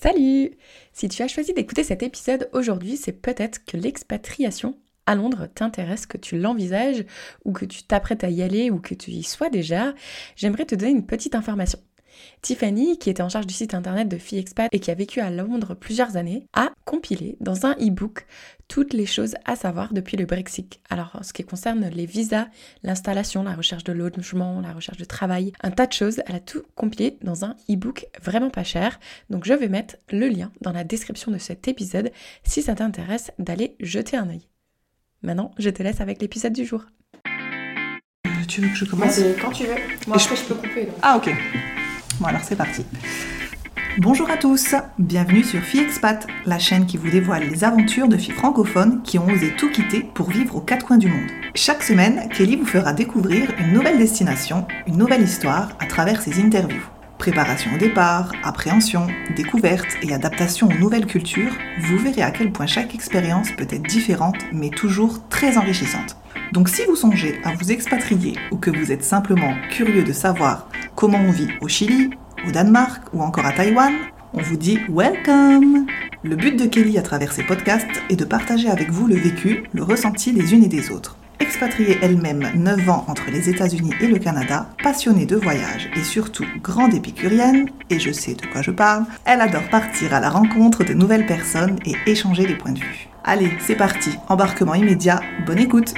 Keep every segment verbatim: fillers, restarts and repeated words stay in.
Salut! Si tu as choisi d'écouter cet épisode aujourd'hui, c'est peut-être que l'expatriation à Londres t'intéresse, que tu l'envisages ou que tu t'apprêtes à y aller ou que tu y sois déjà. J'aimerais te donner une petite information. Tiffany, qui était en charge du site internet de Filles Expat et qui a vécu à Londres plusieurs années, a compilé dans un e-book toutes les choses à savoir depuis le Brexit. Alors, en ce qui concerne les visas, l'installation, la recherche de logement, la recherche de travail, un tas de choses, elle a tout compilé dans un e-book vraiment pas cher. Donc, je vais mettre le lien dans la description de cet épisode si ça t'intéresse d'aller jeter un œil. Maintenant, je te laisse avec l'épisode du jour. Euh, tu veux que je commence ? Vas-y, quand tu veux. Moi, Et après, je- je peux couper. Donc. Ah ok. Bon alors c'est parti. Bonjour à tous, bienvenue sur Filles Expat, la chaîne qui vous dévoile les aventures de filles francophones qui ont osé tout quitter pour vivre aux quatre coins du monde. Chaque semaine, Kelly vous fera découvrir une nouvelle destination, une nouvelle histoire à travers ses interviews. Préparation au départ, appréhension, découverte et adaptation aux nouvelles cultures, vous verrez à quel point chaque expérience peut être différente mais toujours très enrichissante. Donc si vous songez à vous expatrier ou que vous êtes simplement curieux de savoir comment on vit au Chili, au Danemark ou encore à Taïwan, on vous dit welcome! Le but de Kelly à travers ses podcasts est de partager avec vous le vécu, le ressenti des unes et des autres. Expatriée elle-même neuf ans entre les États-Unis et le Canada, passionnée de voyage et surtout grande épicurienne, et je sais de quoi je parle, elle adore partir à la rencontre de nouvelles personnes et échanger des points de vue. Allez, c'est parti, embarquement immédiat, bonne écoute!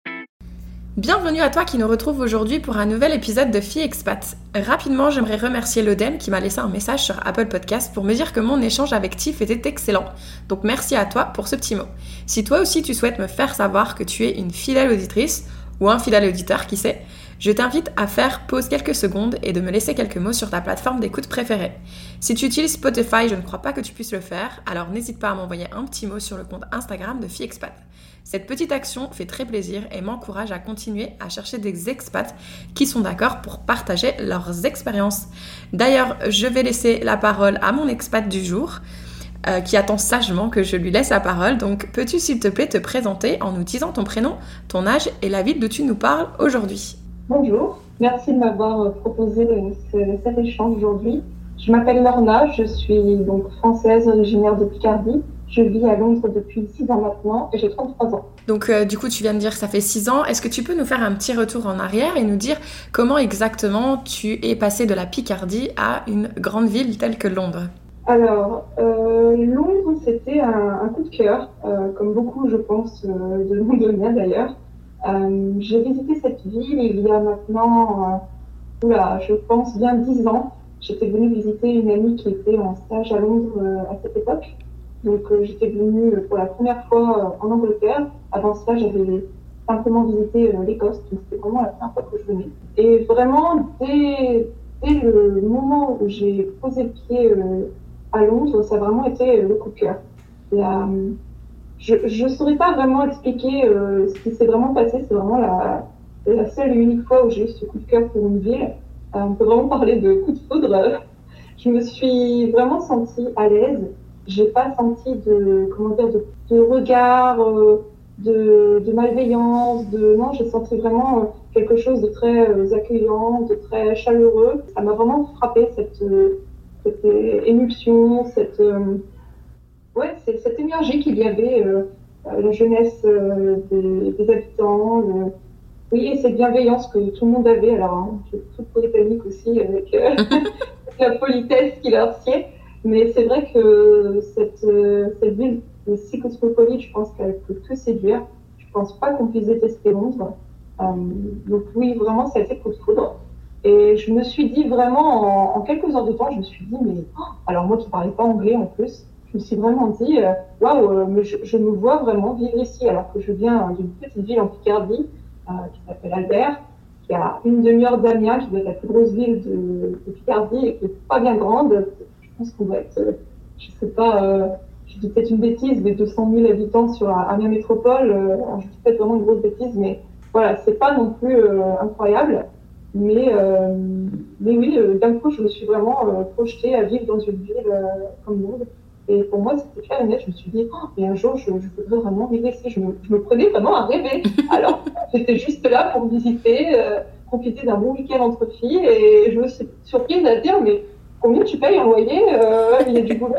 Bienvenue à toi qui nous retrouve aujourd'hui pour un nouvel épisode de Filles Expat. Rapidement, j'aimerais remercier l'Odem qui m'a laissé un message sur Apple Podcast pour me dire que mon échange avec Tiff était excellent. Donc merci à toi pour ce petit mot. Si toi aussi tu souhaites me faire savoir que tu es une fidèle auditrice ou un fidèle auditeur, qui sait, je t'invite à faire pause quelques secondes et de me laisser quelques mots sur ta plateforme d'écoute préférée. Si tu utilises Spotify, je ne crois pas que tu puisses le faire, alors n'hésite pas à m'envoyer un petit mot sur le compte Instagram de Filles Expat. Cette petite action fait très plaisir et m'encourage à continuer à chercher des expats qui sont d'accord pour partager leurs expériences. D'ailleurs, je vais laisser la parole à mon expat du jour, euh, qui attend sagement que je lui laisse la parole. Donc, peux-tu s'il te plaît te présenter en nous disant ton prénom, ton âge et la ville d'où tu nous parles aujourd'hui ? Bonjour, merci de m'avoir proposé ce, cet échange aujourd'hui. Je m'appelle Lorna, je suis donc française, originaire de Picardie. Je vis à Londres depuis six ans maintenant et j'ai trente-trois ans. Donc euh, du coup, tu viens de dire que ça fait six ans. Est-ce que tu peux nous faire un petit retour en arrière et nous dire comment exactement tu es passé de la Picardie à une grande ville telle que Londres ? Alors, euh, Londres, c'était un, un coup de cœur, euh, comme beaucoup, je pense, euh, de Londoniens d'ailleurs. Euh, j'ai visité cette ville il y a maintenant, euh, oula, je pense, bien dix ans. J'étais venue visiter une amie qui était en stage à Londres euh, à cette époque. Donc euh, j'étais venue pour la première fois euh, en Angleterre. Avant cela, j'avais simplement visité euh, l'Écosse, donc c'était vraiment la première fois que je venais. Et vraiment, dès, dès le moment où j'ai posé le pied euh, à Londres, ça a vraiment été euh, le coup de cœur. La, je ne saurais pas vraiment expliquer euh, ce qui s'est vraiment passé, c'est vraiment la, la seule et unique fois où j'ai eu ce coup de cœur pour une ville. Euh, on peut vraiment parler de coup de foudre. Je me suis vraiment sentie à l'aise. J'ai pas senti de, comment dire, de, de regard, euh, de, de malveillance, de, non, j'ai senti vraiment euh, quelque chose de très euh, accueillant, de très chaleureux. Ça m'a vraiment frappé cette, euh, cette euh, émulsion, cette, euh, ouais, c'est, cette énergie qu'il y avait, euh, euh, la jeunesse euh, des, des habitants, le, oui, et cette bienveillance que tout le monde avait. Alors, hein, je suis toute britannique aussi avec euh, la politesse qui leur sied. Mais c'est vrai que cette, euh, cette ville est si cosmopolite, je pense qu'elle peut tout séduire. Je pense pas qu'on puisse détester Londres. Euh, donc oui, vraiment, ça a été coup de foudre. Et je me suis dit vraiment, en, en quelques heures de temps, je me suis dit, mais oh, alors moi qui parlais pas anglais en plus, je me suis vraiment dit, euh, waouh, euh, mais je, je me vois vraiment vivre ici, alors que je viens d'une petite ville en Picardie euh, qui s'appelle Albert, qui a une demi-heure d'Amiens, qui doit être la plus grosse ville de, de Picardie et qui est pas bien grande. Je pense qu'on doit être, euh, je sais pas, euh, je dis peut-être une bêtise, mais deux cent mille habitants sur Amiens Métropole. Euh, je dis peut-être vraiment une grosse bêtise, mais voilà, c'est pas non plus euh, incroyable. Mais, euh, mais oui, euh, d'un coup, je me suis vraiment euh, projetée à vivre dans une ville euh, comme Londres. Et pour moi, c'était clair et net. Je me suis dit, oh, mais un jour, je, je voudrais vraiment vivre ici. Je me, je me prenais vraiment à rêver. Alors, j'étais juste là pour visiter, euh, profiter d'un bon week-end entre filles. Et je me suis surprise à dire, mais combien tu payes un loyer? euh, Il y a du boulot ici.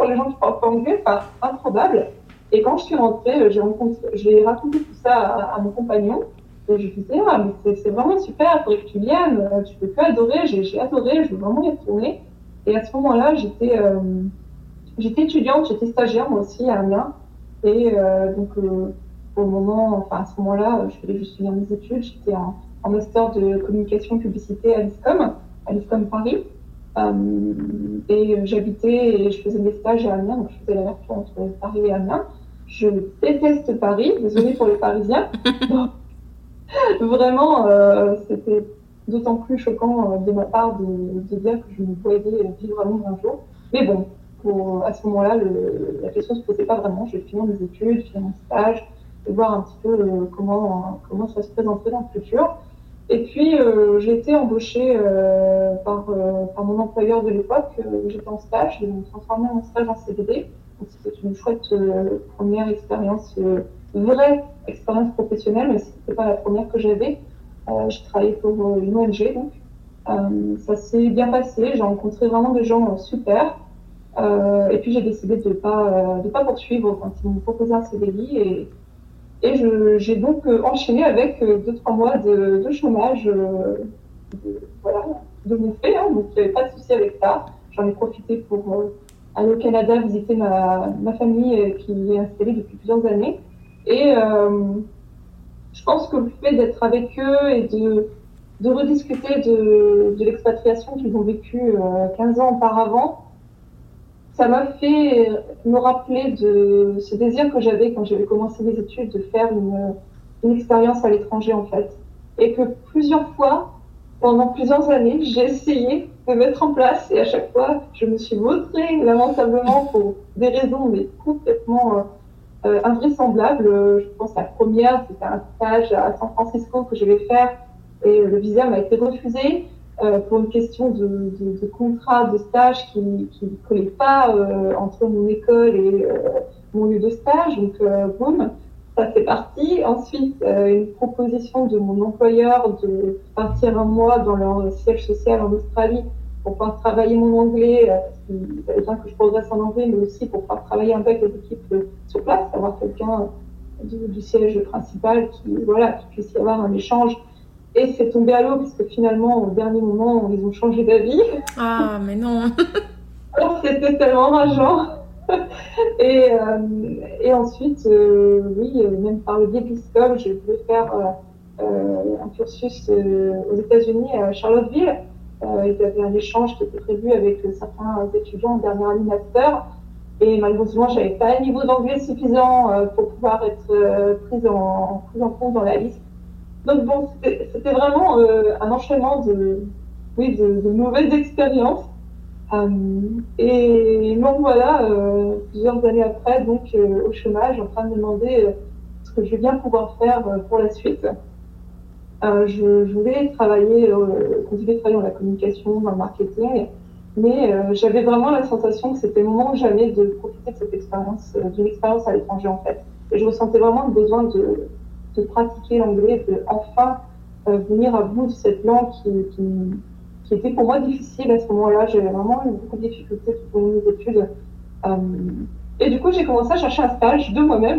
pour les gens qui parlent pas anglais, enfin, improbable. Et quand je suis rentrée, j'ai rencontré, j'ai raconté tout ça à, à mon compagnon. Et je lui disais, ah, mais c'est, c'est vraiment super, il faudrait que tu viennes, tu peux que adorer, j'ai, j'ai adoré, je veux vraiment y retourner. Et à ce moment-là, j'étais, euh, j'étais étudiante, j'étais stagiaire moi aussi à Amiens. Et euh, donc, euh, pour le moment, enfin à ce moment-là, je voulais juste finir mes études. J'étais en, en master de communication et publicité à l'ISCOM, à l'ISCOM Paris. Euh, et j'habitais et je faisais mes stages à Amiens, donc je faisais l'aller-retour entre Paris et Amiens. Je déteste Paris, désolée pour les Parisiens. Donc, vraiment, euh, c'était d'autant plus choquant euh, de ma part de, de dire que je me voyais vivre à Londres un jour. Mais bon, pour, à ce moment-là, le, la question ne se posait pas vraiment. Je vais finir mes études, finir mon stage, et voir un petit peu euh, comment, comment ça se présenterait dans le futur. Et puis, euh, j'ai été embauchée euh, par, euh, par mon employeur de l'époque. Euh, j'étais en stage, j'ai transformé mon stage en C D D. Donc, c'était une chouette euh, première expérience, euh, vraie expérience professionnelle, mais ce n'était pas la première que j'avais. Euh, j'ai travaillé pour euh, une O N G, donc. Euh, ça s'est bien passé, j'ai rencontré vraiment des gens euh, super. Euh, et puis, j'ai décidé de ne pas, euh, de pas poursuivre quand ils m'ont proposé un C D I. Et, Et je, j'ai donc euh, enchaîné avec euh, deux, trois mois de, de chômage euh, de, voilà, de mon fait, hein, donc il n'y avait pas de souci avec ça. J'en ai profité pour euh, aller au Canada visiter ma, ma famille euh, qui est installée depuis plusieurs années. Et euh, je pense que le fait d'être avec eux et de, de rediscuter de, de l'expatriation qu'ils ont vécue euh, quinze ans auparavant, ça m'a fait me rappeler de ce désir que j'avais quand j'avais commencé mes études de faire une, une expérience à l'étranger en fait. Et que plusieurs fois, pendant plusieurs années, j'ai essayé de mettre en place et à chaque fois, je me suis vautrée lamentablement pour des raisons mais complètement euh, invraisemblables. Je pense à la première, c'était un stage à San Francisco que je vais faire et le visa m'a été refusé. Euh, pour une question de, de, de contrat de stage qui ne collait pas euh, entre mon école et euh, mon lieu de stage. Donc, euh, boum, ça fait partie. Ensuite, euh, une proposition de mon employeur de partir un mois dans leur siège social en Australie pour pouvoir travailler mon anglais, euh, parce qu'il fallait bien que je progresse en anglais, mais aussi pour pouvoir travailler un peu avec les équipes euh, sur place, avoir quelqu'un du, du siège principal qui, voilà, qui puisse y avoir un échange. Et c'est tombé à l'eau, puisque finalement, au dernier moment, ils ont changé d'avis. Ah, mais non. Alors, c'était tellement rageant. et, euh, et ensuite, euh, oui, même par le biais de l'ISCOM, je voulais faire euh, un cursus euh, aux États-Unis, à Charlottesville. Euh, il y avait un échange qui était prévu avec certains étudiants en dernière année master. Et malheureusement, je n'avais pas un niveau d'anglais suffisant euh, pour pouvoir être euh, prise, en, prise en compte dans la liste. Donc bon, c'était, c'était vraiment euh, un enchaînement de, oui, de, de mauvaises expériences. Euh, et donc voilà, euh, plusieurs années après, donc euh, au chômage, en train de me demander euh, ce que je vais bien pouvoir faire euh, pour la suite. Euh, je, je voulais travailler, euh, continuer de travailler dans la communication, dans le marketing, mais euh, j'avais vraiment la sensation que c'était le moment ou jamais de profiter de cette expérience, euh, d'une expérience à l'étranger en fait. Et je ressentais vraiment le besoin de de pratiquer l'anglais, de enfin euh, venir à bout de cette langue qui, qui, qui était pour moi difficile à ce moment-là. J'avais vraiment eu beaucoup de difficultés tout au long de mes études. Euh, et du coup, j'ai commencé à chercher un stage de moi-même.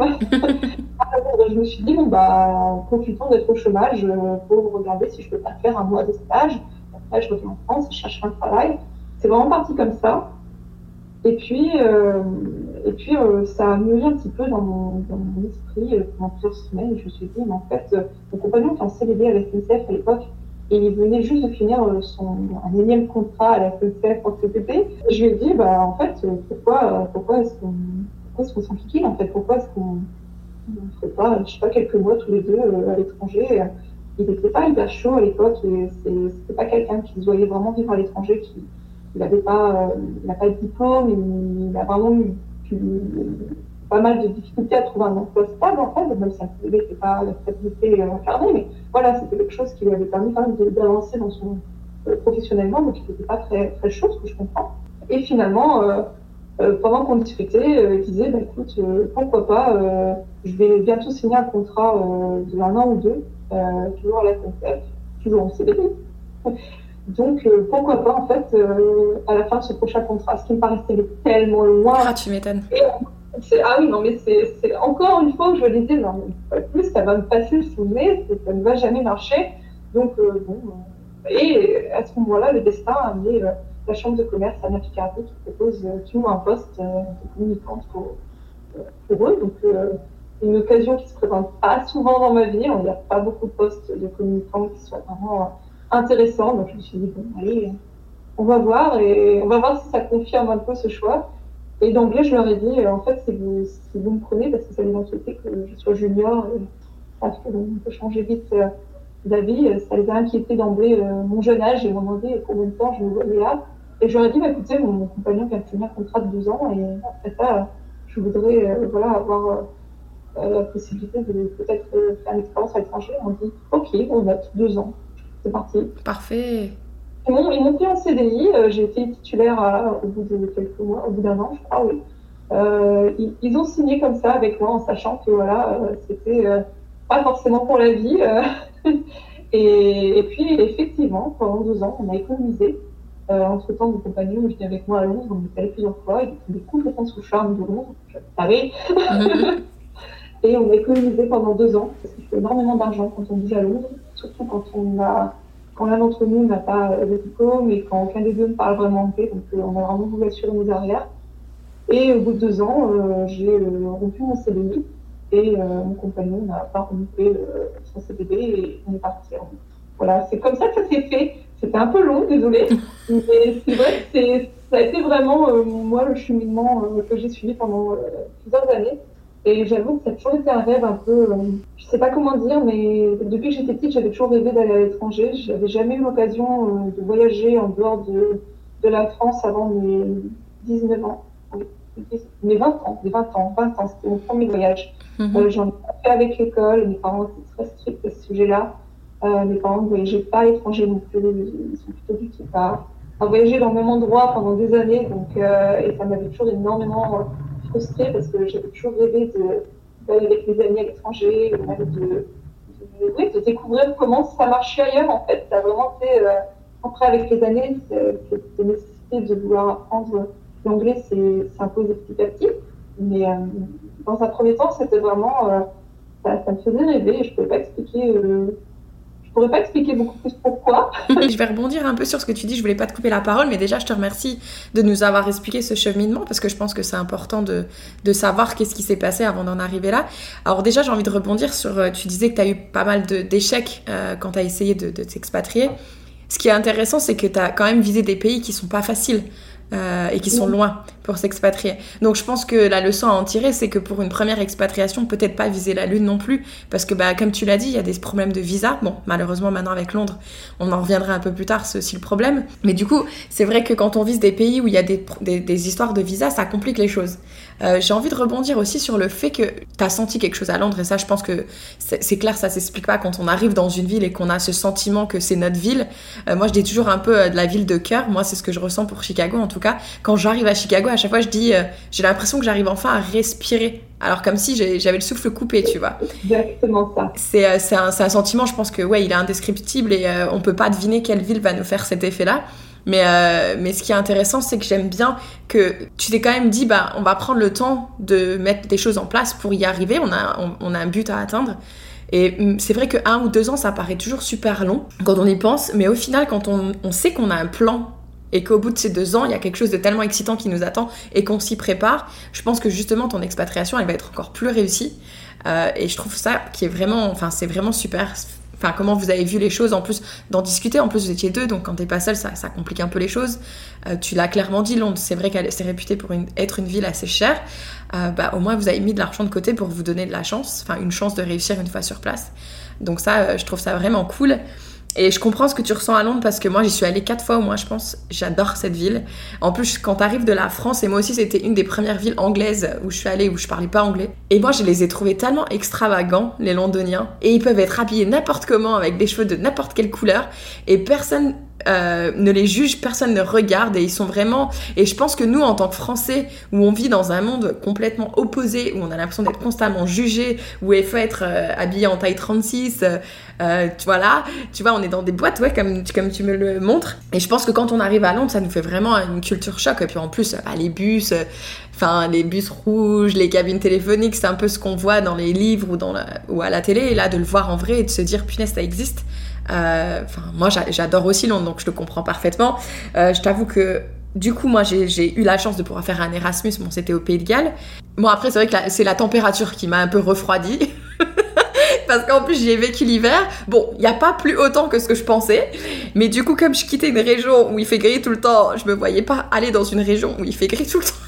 Je me suis dit, bon, bah, profitons d'être au chômage euh, pour regarder si je peux pas faire un mois de stage. Après, je reviens en France, je cherche un travail. C'est vraiment parti comme ça. Et puis, euh, et puis euh, ça a mûri un petit peu dans mon, dans mon esprit euh, pendant plusieurs semaines. Et je me suis dit, mais en fait, euh, mon compagnon qui est en C D D à la S N C F à l'époque, et il venait juste de finir euh, son, un énième contrat à la S N C F en C P P. Je lui ai dit, bah, en fait, euh, pourquoi, euh, pourquoi est-ce qu'on, pourquoi est-ce qu'on s'enquiquine, en fait? Pourquoi est-ce qu'on ne ferait pas, je sais pas, quelques mois tous les deux euh, à l'étranger? Il n'était pas hyper chaud à l'époque, et c'est, c'était pas quelqu'un qui se voyait vraiment vivre à l'étranger, qui il n'avait pas, euh, il n'a pas de diplôme, il, il a vraiment eu Puis, pas mal de difficultés à trouver un emploi stable en fait, même si un C D D n'était pas la stabilité incarnée, mais voilà, c'était quelque chose qui lui avait permis quand même d'avancer dans son euh, professionnellement, donc il n'était pas très, très chaud, ce que je comprends. Et finalement, euh, euh, pendant qu'on discutait, euh, il disait, bah, écoute, euh, pourquoi pas, euh, je vais bientôt signer un contrat euh, de un an ou deux, euh, toujours à la S N C F, toujours en C D D. Donc, euh, pourquoi pas, en fait, euh, à la fin de ce prochain contrat, ce qui me paraissait tellement loin. Ah, tu m'étonnes. Et, c'est, ah oui, non, mais c'est, c'est encore une fois où je me disais, non, mais plus ça va me passer sous le nez, ça ne va jamais marcher. Donc, euh, bon. Euh, et à ce moment-là, le destin a amené euh, la chambre de commerce à Picardie qui propose euh, toujours un poste euh, de communicante pour, euh, pour eux. Donc, euh, c'est une occasion qui ne se présente pas souvent dans ma vie. Il n'y a pas beaucoup de postes de communicants qui soient vraiment euh, intéressants. Donc, je me suis dit, bon, allez, on va voir et on va voir si ça confirme un peu ce choix. Et d'emblée, je leur ai dit, en fait, si vous, si vous me prenez, parce que ça les inquiétait que je sois junior, et, parce qu'on peut changer vite euh, d'avis, ça les a inquiétés d'emblée euh, mon jeune âge et m'ont demandé combien de temps je me voyais là. Et je leur ai dit, bah, écoutez, mon, mon compagnon vient de finir un contrat de deux ans et après ça, je voudrais euh, voilà, avoir euh, la possibilité de peut-être euh, faire une expérience à l'étranger. On m'a dit, ok, on note deux ans, c'est parti. Parfait. Ils m'ont, ils m'ont pris en C D I, euh, j'ai été titulaire à, au bout de quelques mois, au bout d'un an, je crois, oui. Euh, ils, ils ont signé comme ça avec moi en sachant que voilà, euh, c'était euh, pas forcément pour la vie. Euh, et, et puis effectivement, pendant deux ans, on a économisé. Euh, entre-temps, mon compagnon est venu avec moi à Londres, on est allé plusieurs fois, il est tombé complètement sous le charme de Londres, je le savais. Mm-hmm. Et on a économisé pendant deux ans, parce qu'il faut énormément d'argent quand on vit à Londres, surtout quand on a... Quand l'un d'entre nous n'a pas de diplôme et quand aucun des deux ne parle vraiment anglais, donc euh, on a vraiment voulu assurer nos arrières. Et au bout de deux ans, euh, j'ai euh, rompu mon C D I et euh, mon compagnon n'a pas renouvelé euh, son C D D et on est parti. Voilà, c'est comme ça que ça s'est fait. C'était un peu long, désolée, mais c'est vrai que c'est, ça a été vraiment euh, moi le cheminement euh, que j'ai suivi pendant euh, plusieurs années. Et j'avoue que ça a toujours été un rêve un peu, euh, je sais pas comment dire, mais depuis que j'étais petite, j'avais toujours rêvé d'aller à l'étranger. J'avais jamais eu l'occasion euh, de voyager en dehors de, de la France avant mes dix-neuf ans. Mes vingt ans, mes vingt ans, vingt ans, c'était mon premier voyage. Mm-hmm. Euh, j'en ai fait avec l'école, mes parents étaient très stricts à ce sujet-là. Euh, mes parents ne voyageaient pas à l'étranger non plus, ils sont plutôt du type à, à voyager dans le même endroit pendant des années, donc, euh, et ça m'avait toujours énormément... Euh, frustrée parce que j'avais toujours rêvé de, d'aller avec mes amis à l'étranger, de, de, de, oui, de découvrir comment ça marchait ailleurs en fait. Ça a vraiment été, euh, après avec les années, cette nécessité de vouloir apprendre l'anglais s'est imposée petit à petit. Mais euh, dans un premier temps, c'était vraiment, euh, ça, ça me faisait rêver et je ne pouvais pas expliquer... Euh, Je pourrais pas expliquer beaucoup plus pourquoi. Je vais rebondir un peu sur ce que tu dis, je voulais pas te couper la parole, mais déjà je te remercie de nous avoir expliqué ce cheminement parce que je pense que c'est important de, de savoir qu'est-ce qui s'est passé avant d'en arriver là. Alors déjà j'ai envie de rebondir sur, tu disais que tu as eu pas mal de, d'échecs euh, quand tu as essayé de, de t'expatrier. Ce qui est intéressant, c'est que tu as quand même visé des pays qui sont pas faciles. Euh, et qui sont loin pour s'expatrier. Donc je pense que la leçon à en tirer, c'est que pour une première expatriation, peut-être pas viser la Lune non plus, parce que bah, comme tu l'as dit, il y a des problèmes de visa. Bon, malheureusement maintenant avec Londres, on en reviendra un peu plus tard, c'est aussi le problème. Mais du coup, c'est vrai que quand on vise des pays où il y a des, des, des histoires de visa, ça complique les choses. Euh, j'ai envie de rebondir aussi sur le fait que tu as senti quelque chose à Londres, et ça je pense que c'est, c'est clair, ça s'explique pas quand on arrive dans une ville et qu'on a ce sentiment que c'est notre ville. Euh, moi je dis toujours un peu euh, de la ville de cœur, moi c'est ce que je ressens pour Chicago en tout cas. Quand j'arrive à Chicago, à chaque fois je dis euh, j'ai l'impression que j'arrive enfin à respirer, alors comme si j'ai, j'avais le souffle coupé, tu vois. Exactement ça. C'est, euh, c'est, un, c'est un sentiment, je pense que ouais, il est indescriptible et euh, on peut pas deviner quelle ville va nous faire cet effet-là. Mais, euh, mais ce qui est intéressant, c'est que j'aime bien que tu t'es quand même dit, bah, on va prendre le temps de mettre des choses en place pour y arriver. On a, on, on a un but à atteindre. Et c'est vrai que un ou deux ans, ça paraît toujours super long quand on y pense. Mais au final, quand on, on sait qu'on a un plan et qu'au bout de ces deux ans, il y a quelque chose de tellement excitant qui nous attend et qu'on s'y prépare, je pense que justement, ton expatriation, elle va être encore plus réussie. Euh, et je trouve ça qui est vraiment, enfin, c'est vraiment super. Enfin, comment vous avez vu les choses, en plus d'en discuter, en plus vous étiez deux, donc quand t'es pas seul, ça, ça complique un peu les choses. Euh, tu l'as clairement dit, Londres, c'est vrai qu'elle s'est réputée pour une, être une ville assez chère. Euh, bah, au moins vous avez mis de l'argent de côté pour vous donner de la chance, enfin une chance de réussir une fois sur place. Donc ça, euh, je trouve ça vraiment cool. Et je comprends ce que tu ressens à Londres parce que moi, j'y suis allée quatre fois au moins, je pense. J'adore cette ville. En plus, quand t'arrives de la France, et moi aussi, c'était une des premières villes anglaises où je suis allée, où je parlais pas anglais. Et moi, je les ai trouvés tellement extravagants, les Londoniens. Et ils peuvent être habillés n'importe comment, avec des cheveux de n'importe quelle couleur. Et personne euh, ne les juge, personne ne regarde et ils sont vraiment... Et je pense que nous, en tant que Français, où on vit dans un monde complètement opposé, où on a l'impression d'être constamment jugé, où il faut être euh, habillé en taille trente-six, euh, euh, tu vois là, tu vois, on est dans des boîtes, ouais, comme, comme tu me le montres. Et je pense que quand on arrive à Londres, ça nous fait vraiment une culture choc. Et puis en plus, bah, les bus... Euh, Enfin, les bus rouges, les cabines téléphoniques, c'est un peu ce qu'on voit dans les livres ou, dans la, ou à la télé. Et là, de le voir en vrai et de se dire, punaise, ça existe. Euh, enfin, moi, j'a- j'adore aussi Londres, donc je le comprends parfaitement. Euh, je t'avoue que, du coup, moi, j'ai, j'ai eu la chance de pouvoir faire un Erasmus. Bon, c'était au Pays de Galles. Bon, après, c'est vrai que la- c'est la température qui m'a un peu refroidi. Parce qu'en plus, j'y ai vécu l'hiver. Bon, il n'y a pas plus autant que ce que je pensais. Mais du coup, comme je quittais une région où il fait gris tout le temps, je me voyais pas aller dans une région où il fait gris tout le temps.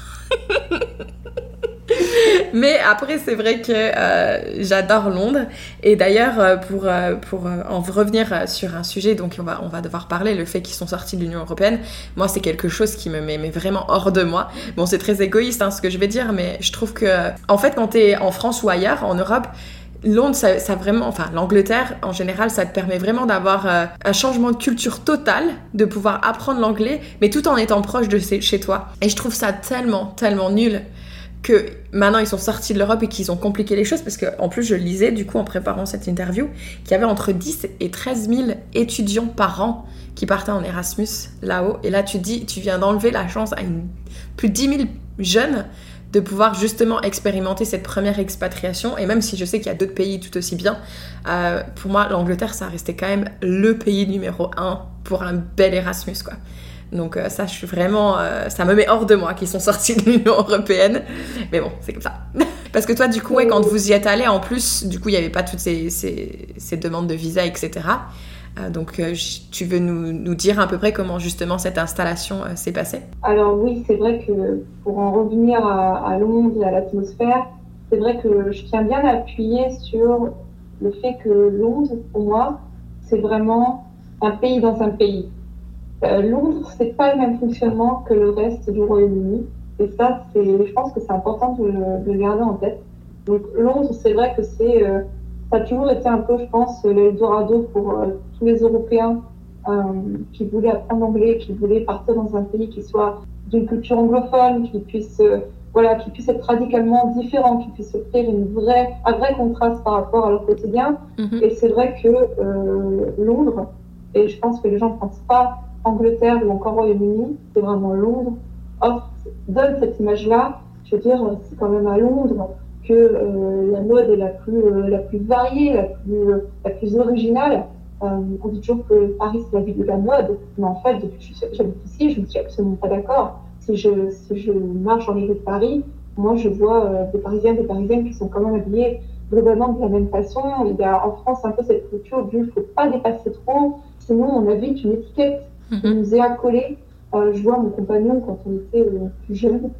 Mais après, c'est vrai que euh, j'adore Londres. Et d'ailleurs, euh, pour, euh, pour euh, en revenir euh, sur un sujet dont on va, on va devoir parler, le fait qu'ils sont sortis de l'Union européenne, moi, c'est quelque chose qui me met, met vraiment hors de moi. Bon, c'est très égoïste hein, ce que je vais dire, mais je trouve que, en fait, quand t'es en France ou ailleurs, en Europe, Londres, ça, ça vraiment, enfin l'Angleterre en général, ça te permet vraiment d'avoir euh, un changement de culture total, de pouvoir apprendre l'anglais, mais tout en étant proche de chez toi. Et je trouve ça tellement, tellement nul que maintenant ils sont sortis de l'Europe et qu'ils ont compliqué les choses, parce qu'en plus je lisais du coup en préparant cette interview qu'il y avait entre dix et treize mille étudiants par an qui partaient en Erasmus là-haut. Et là tu dis, tu viens d'enlever la chance à une, plus de dix mille jeunes de pouvoir justement expérimenter cette première expatriation. Et même si je sais qu'il y a d'autres pays tout aussi bien, euh, pour moi, l'Angleterre, ça restait quand même le pays numéro un pour un bel Erasmus, quoi. Donc euh, ça, je suis vraiment... Euh, ça me met hors de moi qu'ils sont sortis de l'Union européenne. Mais bon, c'est comme ça. Parce que toi, du coup, ouais, quand vous y êtes allés, en plus, du coup, il n'y avait pas toutes ces, ces, ces demandes de visa, et cetera. Euh, donc, euh, tu veux nous, nous dire à peu près comment, justement, cette installation euh, s'est passée ? Alors oui, c'est vrai que pour en revenir à, à Londres et à l'atmosphère, c'est vrai que je tiens bien à appuyer sur le fait que Londres, pour moi, c'est vraiment un pays dans un pays. Euh, Londres, c'est pas le même fonctionnement que le reste du Royaume-Uni. Et ça, c'est, je pense que c'est important de, de le garder en tête. Donc Londres, c'est vrai que c'est, euh, ça a toujours été un peu, je pense, l'Eldorado pour euh, tous les Européens euh, qui voulaient apprendre l'anglais, qui voulaient partir dans un pays qui soit d'une culture anglophone, qui puisse, euh, voilà, qui puisse être radicalement différent, qui puisse offrir une vraie, un vrai contraste par rapport à leur quotidien. Mm-hmm. Et c'est vrai que euh, Londres, et je pense que les gens ne pensent pas Angleterre ou encore Royaume-Uni, c'est vraiment Londres, offre, donne cette image-là. Je veux dire, c'est quand même à Londres que euh, la mode est la plus, euh, la plus variée, la plus, euh, la plus originale. Euh, on dit toujours que Paris, c'est la ville de la mode, mais en fait, depuis que j'habite ici, je ne suis absolument pas d'accord. Si je, si je marche dans les rues de Paris, moi, je vois euh, des Parisiens, des Parisiennes qui sont quand même habillés globalement de la même façon. Il y a en France un peu cette culture du « il ne faut pas dépasser trop, sinon on a vite une étiquette qui mmh. nous est accolée ». Euh, je vois mon compagnon quand on était euh, plus jeune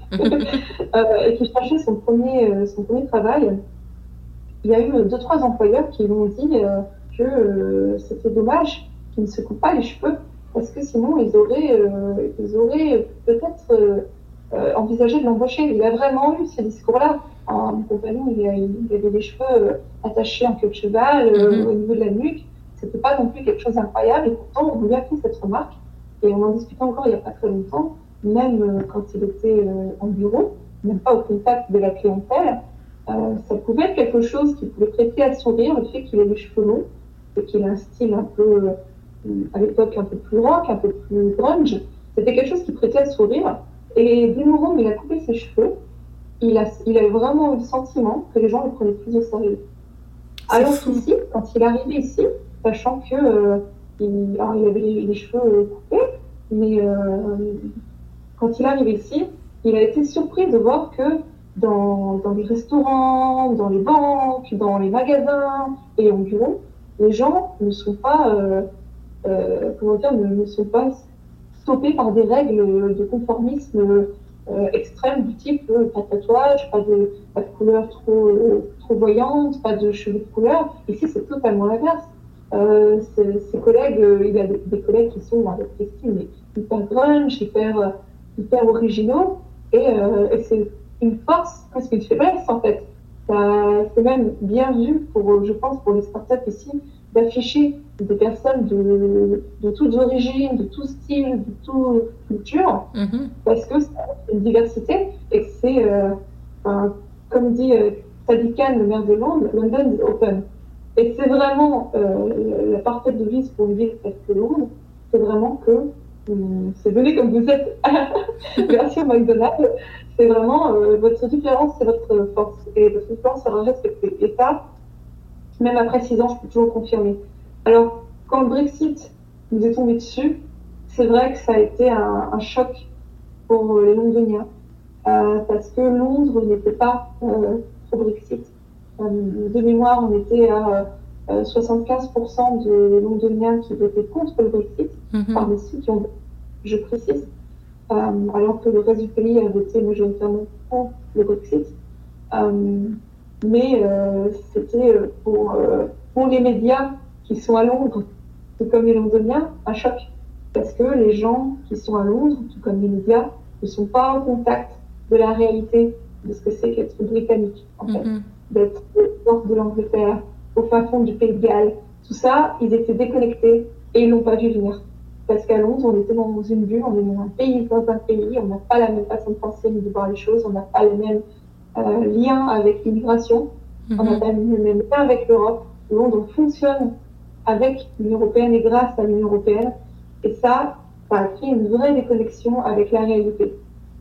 euh, et qui cherchait son premier, euh, son premier travail. Il y a eu deux, trois employeurs qui lui ont dit euh, que euh, c'était dommage qu'ils ne se coupent pas les cheveux parce que sinon ils auraient, euh, ils auraient peut-être euh, euh, envisagé de l'embaucher. Il a vraiment eu ce discours-là. Alors, mon compagnon, il, a, il avait les cheveux euh, attachés en queue de cheval euh, mmh. au niveau de la nuque. C'était pas non plus quelque chose d'incroyable et pourtant on lui a fait cette remarque. Et on en discutait encore il n'y a pas très longtemps, même euh, quand il était euh, en bureau, même pas au contact de la clientèle, euh, ça pouvait être quelque chose qui pouvait prêter à sourire, le fait qu'il ait les cheveux longs et qu'il ait un style un peu, euh, à l'époque, un peu plus rock, un peu plus grunge. C'était quelque chose qui prêtait à sourire. Et dès le moment où il a coupé ses cheveux, il a, il a vraiment eu le sentiment que les gens le prenaient plus au sérieux. Alors qu'ici, quand il est arrivé ici, sachant que euh, il, alors, il avait les, les cheveux coupés, mais euh, quand il est arrivé ici, il a été surpris de voir que dans, dans les restaurants, dans les banques, dans les magasins et en bureau, les gens ne sont pas, euh, euh, comment dire, ne, ne sont pas stoppés par des règles de conformisme euh, extrême du type euh, pas de tatouage, pas de, pas de couleur trop, euh, trop voyante, pas de cheveux de couleur. Ici, c'est totalement l'inverse. Euh, ses, ses collègues, euh, il y a des, des collègues qui sont avec des styles mais hyper grunge, hyper, hyper originaux, et, euh, et c'est une force plus qu'une faiblesse en fait. Ça, c'est même bien vu pour, je pense, pour les startups ici, d'afficher des personnes de, de toutes origines, de tout style, de toute culture, mm-hmm. parce que c'est une diversité et que c'est, euh, un, comme dit euh, Sadiq Khan, le maire de Londres, London is open. Et c'est vraiment euh, la parfaite devise pour une ville telle que Londres, c'est vraiment que hum, c'est donné comme vous êtes version McDonald's, c'est vraiment euh, votre différence, c'est votre force, et votre différence sera respectée. Et ça, même après six ans, je peux toujours confirmer. Alors, quand le Brexit nous est tombé dessus, c'est vrai que ça a été un, un choc pour les Londoniens, euh, parce que Londres n'était pas euh, au Brexit. Euh, de mémoire, on était à euh, soixante-quinze pour cent de Londoniens qui votaient contre le Brexit, mm-hmm. parmi ceux qui ont, je précise, euh, alors que le reste du pays a voté majoritairement pour le Brexit. Euh, mais euh, c'était pour, euh, pour les médias qui sont à Londres, tout comme les Londoniens, un choc. Parce que les gens qui sont à Londres, tout comme les médias, ne sont pas en contact de la réalité de ce que c'est qu'être britannique, en fait. Mm-hmm. D'être au nord de l'Angleterre, au fin fond du Pays de Galles. Tout ça, ils étaient déconnectés et ils l'ont pas vu venir. Parce qu'à Londres, on était dans une bulle, on est dans un pays, dans un pays, on n'a pas la même façon de penser ni de voir les choses, on n'a pas les mêmes euh, liens avec l'immigration, mm-hmm. on n'a pas les mêmes liens avec l'Europe. Londres fonctionne avec l'Union européenne et grâce à l'Union européenne. Et ça, ça a créé une vraie déconnexion avec la réalité.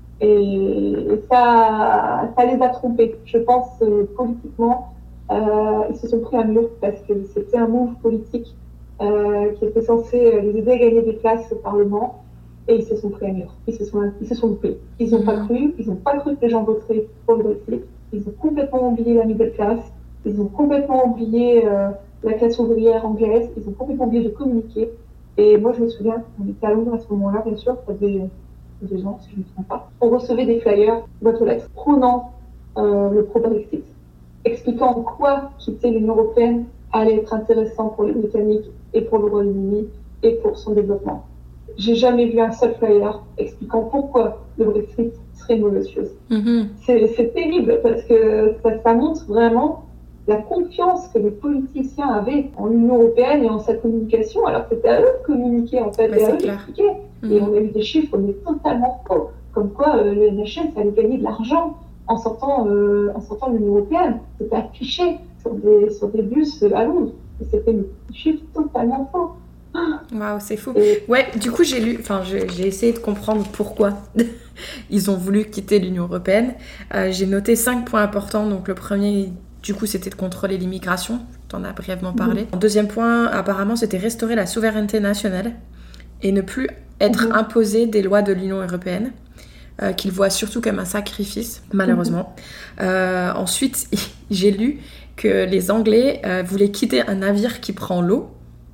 Et, et ça, ça les a trompés. Je pense, euh, politiquement, euh, ils se sont pris un mur parce que c'était un move politique euh, qui était censé les aider à gagner des places au Parlement. Et ils se sont pris un mur. Ils se sont, ils se sont loupés. Ils n'ont mmh. pas cru. Ils n'ont pas cru que les gens voteraient pour le Brexit. Ils ont complètement oublié la middle class. Ils ont complètement oublié euh, la classe ouvrière anglaise. Ils ont complètement oublié de communiquer. Et moi, je me souviens, on était à Londres à ce moment-là, bien sûr, ça faisait deux ans, si je ne me trompe pas. On recevait des flyers, boîte aux lettres, prônant euh, le pro-Brexit, expliquant en quoi quitter l'Union européenne allait être intéressant pour les Britanniques et pour le Royaume-Uni et pour son développement. J'ai jamais vu un seul flyer expliquant pourquoi le Brexit serait une mauvaise chose. Mm-hmm. C'est, c'est terrible parce que ça, ça montre vraiment la confiance que les politiciens avaient en l'Union européenne et en sa communication, alors que c'était à eux de communiquer en fait, bah, et à eux d'expliquer. Mmh. Et on a eu des chiffres, mais totalement faux, comme quoi euh, le N H S allait gagner de l'argent en sortant, euh, en sortant de l'Union européenne. C'était affiché sur des, sur des bus à Londres, et c'était des chiffres totalement faux. Waouh, c'est fou. Et... Ouais, du coup, j'ai lu, enfin, j'ai, j'ai essayé de comprendre pourquoi ils ont voulu quitter l'Union européenne. Euh, j'ai noté cinq points importants. Donc, le premier, du coup, c'était de contrôler l'immigration. Tu en as brièvement parlé. Mmh. Deuxième point, apparemment, c'était restaurer la souveraineté nationale et ne plus être mmh. imposé des lois de l'Union européenne, euh, qu'ils voient surtout comme un sacrifice, malheureusement. Mmh. Euh, ensuite, j'ai lu que les Anglais euh, voulaient quitter un navire qui prend l'eau.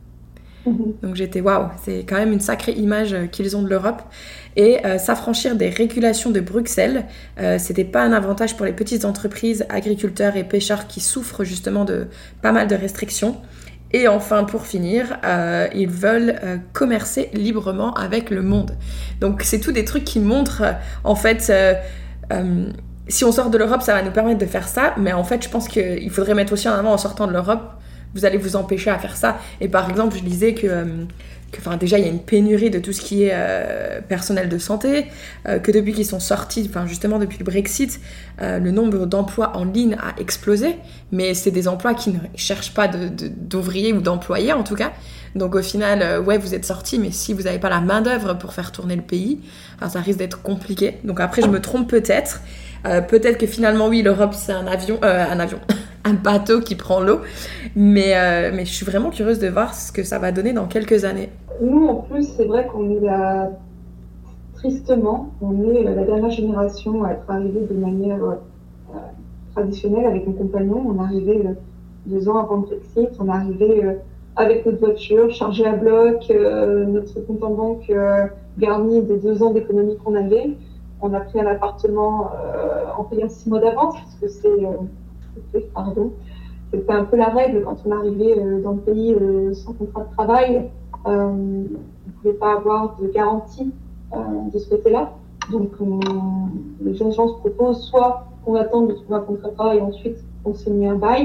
Donc j'étais waouh, c'est quand même une sacrée image qu'ils ont de l'Europe. Et euh, s'affranchir des régulations de Bruxelles, euh, c'était pas un avantage pour les petites entreprises, agriculteurs et pêcheurs qui souffrent justement de pas mal de restrictions. Et enfin, pour finir, euh, ils veulent euh, commercer librement avec le monde. Donc c'est tout des trucs qui montrent euh, en fait. Euh, euh, si on sort de l'Europe, ça va nous permettre de faire ça, mais en fait, je pense qu'il faudrait mettre aussi en avant en sortant de l'Europe. Vous allez vous empêcher à faire ça. Et par exemple, je disais que, euh, que enfin, déjà, il y a une pénurie de tout ce qui est euh, personnel de santé, euh, que depuis qu'ils sont sortis, enfin, justement depuis le Brexit, euh, le nombre d'emplois en ligne a explosé, mais c'est des emplois qui ne cherchent pas de, de, d'ouvriers ou d'employés, en tout cas. Donc au final, euh, ouais, vous êtes sortis, mais si vous n'avez pas la main-d'œuvre pour faire tourner le pays, alors ça risque d'être compliqué. Donc après, je me trompe peut-être. Euh, peut-être que finalement, oui, l'Europe, c'est un avion... Euh, un avion... un bateau qui prend l'eau, mais, euh, mais je suis vraiment curieuse de voir ce que ça va donner dans quelques années. Nous, en plus, c'est vrai qu'on est là, tristement, on est la dernière génération à être arrivée de manière euh, traditionnelle avec mon compagnon. On est arrivé euh, deux ans avant le Brexit, on est arrivé euh, avec notre voiture chargée à bloc, euh, notre compte en banque euh, garni des deux ans d'économie qu'on avait. On a pris un appartement euh, en payant six mois d'avance, parce que c'est... Euh, Pardon. C'était un peu la règle quand on arrivait euh, dans le pays euh, sans contrat de travail. Euh, on ne pouvait pas avoir de garantie euh, de ce côté-là. Donc, on, les gens se proposent soit qu'on attende de trouver un contrat de travail et ensuite on signe un bail,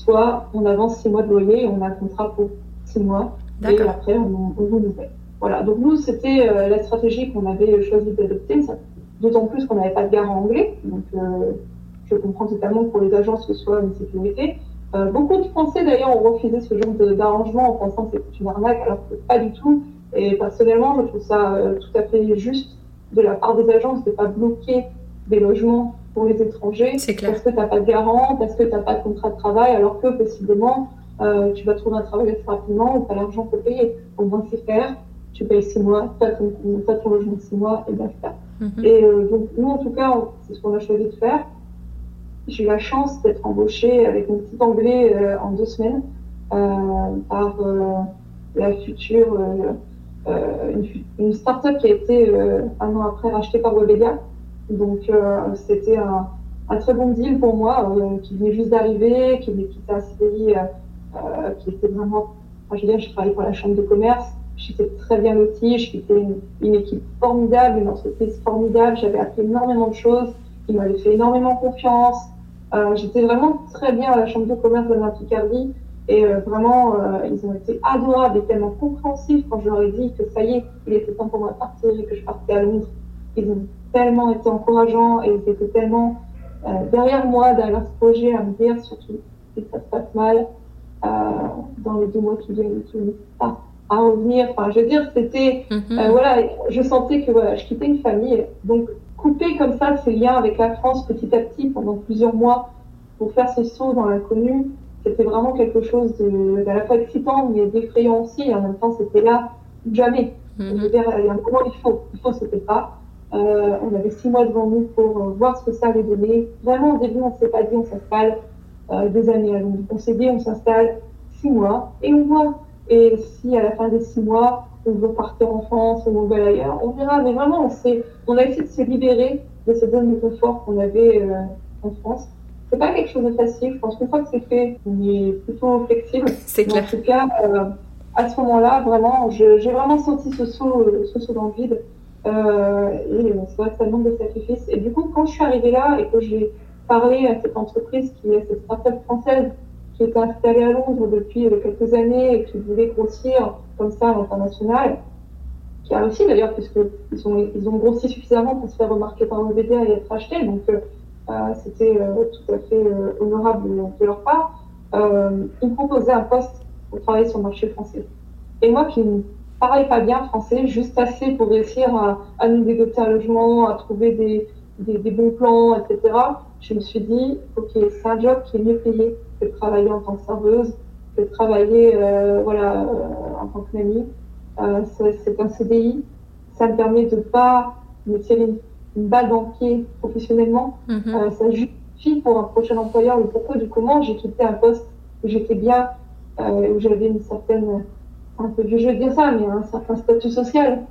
soit on avance six mois de loyer et on a un contrat pour six mois. D'accord. Et après, on, on renouvelle. Voilà, donc nous, c'était euh, la stratégie qu'on avait choisi d'adopter, ça, d'autant plus qu'on n'avait pas de garant anglais. Donc, euh, je comprends totalement que pour les agences, ce soit une sécurité. Euh, beaucoup de Français, d'ailleurs, ont refusé ce genre de, d'arrangement en pensant que c'était une arnaque, alors que pas du tout. Et personnellement, je trouve ça euh, tout à fait juste de la part des agences de ne pas bloquer des logements pour les étrangers C'est clair. parce que tu n'as pas de garant, parce que tu n'as pas de contrat de travail, alors que possiblement, euh, tu vas trouver un travail assez rapidement ou tu as l'argent pour payer. Au moins, c'est faire. Tu payes six mois, tu as ton, ton logement de six mois, et bien faire. Mm-hmm. Et euh, donc, nous, en tout cas, c'est ce qu'on a choisi de faire. J'ai eu la chance d'être embauchée avec mon petit anglais euh, en deux semaines euh, par euh, la future, euh, euh, une, une start-up qui a été euh, un an après rachetée par Webedia. Donc, euh, c'était un, un très bon deal pour moi, euh, qui venait juste d'arriver, qui était un C D I, euh, euh, qui était vraiment... Enfin, je veux dire, je travaillais pour la chambre de commerce. J'étais très bien lotie, j'étais une, une équipe formidable, une entreprise formidable, j'avais appris énormément de choses, ils m'avaient fait énormément confiance, euh, j'étais vraiment très bien à la chambre de commerce de la Picardie et euh, vraiment euh, ils ont été adorables et tellement compréhensifs quand je leur ai dit que ça y est, il était temps pour moi de partir et que je partais à Londres. Ils ont tellement été encourageants et ils étaient tellement euh, derrière moi, derrière ce projet à me dire surtout si ça se passe mal, euh, dans les deux mois qui viennent, tu ne pas à revenir. Enfin, je veux dire, c'était, mm-hmm. euh, voilà, je sentais que voilà, je quittais une famille. Donc, couper comme ça ces liens avec la France petit à petit pendant plusieurs mois pour faire ce saut dans l'inconnu, c'était vraiment quelque chose de, d'à la fois excitant mais d'effrayant aussi. Et en même temps, c'était là jamais. Mm-hmm. Je veux dire, il y a un moment, il faut, il faut sauter pas. Euh, on avait six mois devant nous pour euh, voir ce que ça allait donner. Vraiment, au début, on ne s'est pas dit, on s'installe euh, des années à Londres. On s'est dit, on s'installe six mois et on voit. Et si à la fin des six mois, on veut partir en France, on veut aller ailleurs, on verra. Mais vraiment, on, s'est, on a essayé de se libérer de cette zone de confort qu'on avait euh, en France. C'est pas quelque chose de facile. Je pense qu'une fois que c'est fait, on est plutôt flexible. C'est clair. En tout cas, euh, à ce moment-là, vraiment, je, j'ai vraiment senti ce saut, ce saut dans le vide. Euh, et c'est vrai que ça demande des sacrifices. Et du coup, quand je suis arrivée là et que j'ai parlé à cette entreprise qui est cette start-up française, qui était installée à Londres depuis quelques années et qui voulait grossir comme ça à l'international, qui a réussi d'ailleurs, puisqu'ils ont, ils ont grossi suffisamment pour se faire remarquer par Webedia et être achetés, donc euh, c'était euh, tout à fait euh, honorable de leur part. Euh, ils me proposaient un poste pour travailler sur le marché français. Et moi qui ne parlais pas bien français, juste assez pour réussir à, à nous dégoter un logement, à trouver des, des, des bons plans, et cetera, je me suis dit, ok, c'est un job qui est mieux payé que de travailler en tant que serveuse, que de travailler euh, voilà, euh, en tant que nanny. Euh, c'est, c'est un C D I, ça me permet de ne pas me tirer une, une balle dans le pied professionnellement. Mm-hmm. Euh, ça justifie pour un prochain employeur le pourquoi du comment j'ai quitté un poste où j'étais bien, euh, où j'avais une certaine, un peu vieux jeu de dire ça, mais un certain statut social.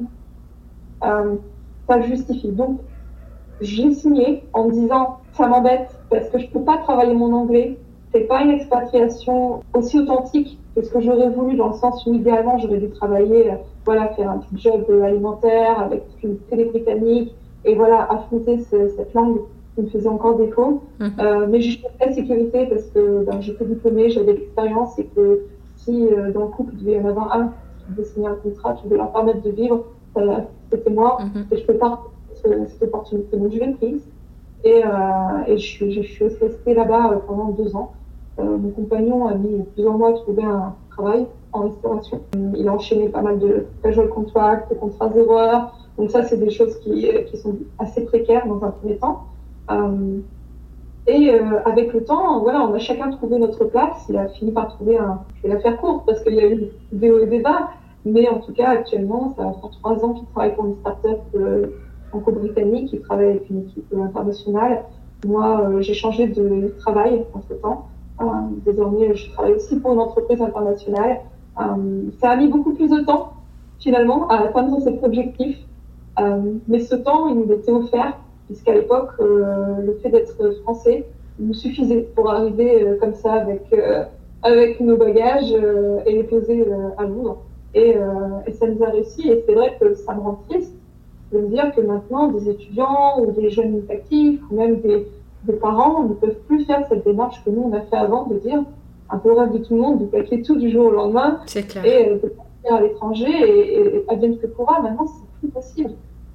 Euh, ça justifie. Donc, j'ai signé en me disant ça m'embête parce que je peux pas travailler mon anglais. C'est pas une expatriation aussi authentique que ce que j'aurais voulu, dans le sens où idéalement j'aurais dû travailler, euh, voilà, faire un petit job alimentaire avec une télé britannique et voilà, affronter ce, cette langue qui me faisait encore défaut. Mmh. Euh, mais j'ai choisi la sécurité parce que ben, j'étais diplômée, j'avais l'expérience et que si euh, dans le couple il devait y en avoir un qui devait signer un contrat qui devait leur permettre de vivre, euh, c'était moi. Mmh. Et je peux pas cette opportunité. Donc, je l'ai prise et, euh, et je, suis, je suis restée là-bas pendant deux ans. Euh, mon compagnon a mis plusieurs mois à trouver un travail en restauration. Il a enchaîné pas mal de casual contracts, de contrats zéro heure. Donc ça, c'est des choses qui, qui sont assez précaires dans un premier temps. Euh, et euh, avec le temps, voilà, on a chacun trouvé notre place. Il a fini par trouver un... Je vais la faire courte parce qu'il y a eu des hauts et des bas. Mais en tout cas, actuellement, ça va faire trois ans qu'il travaille pour une start-up euh, franco-britannique, qui travaille avec une équipe internationale. Moi, euh, j'ai changé de travail entre-temps. Euh, désormais, je travaille aussi pour une entreprise internationale. Euh, ça a mis beaucoup plus de temps, finalement, à atteindre cet objectif. Euh, mais ce temps, il nous était offert, puisqu'à l'époque, euh, le fait d'être français nous suffisait pour arriver euh, comme ça avec, euh, avec nos bagages euh, et les poser euh, à Londres. Et, euh, et ça nous a réussi. Et c'est vrai que ça me rend triste de me dire que maintenant, des étudiants ou des jeunes actifs ou même des, des parents ne peuvent plus faire cette démarche que nous, on a fait avant, de dire un peu le rêve de tout le monde de plaquer tout du jour au lendemain C'est clair. et euh, de partir à l'étranger et, et advienne que pourra. Maintenant, c'est plus possible.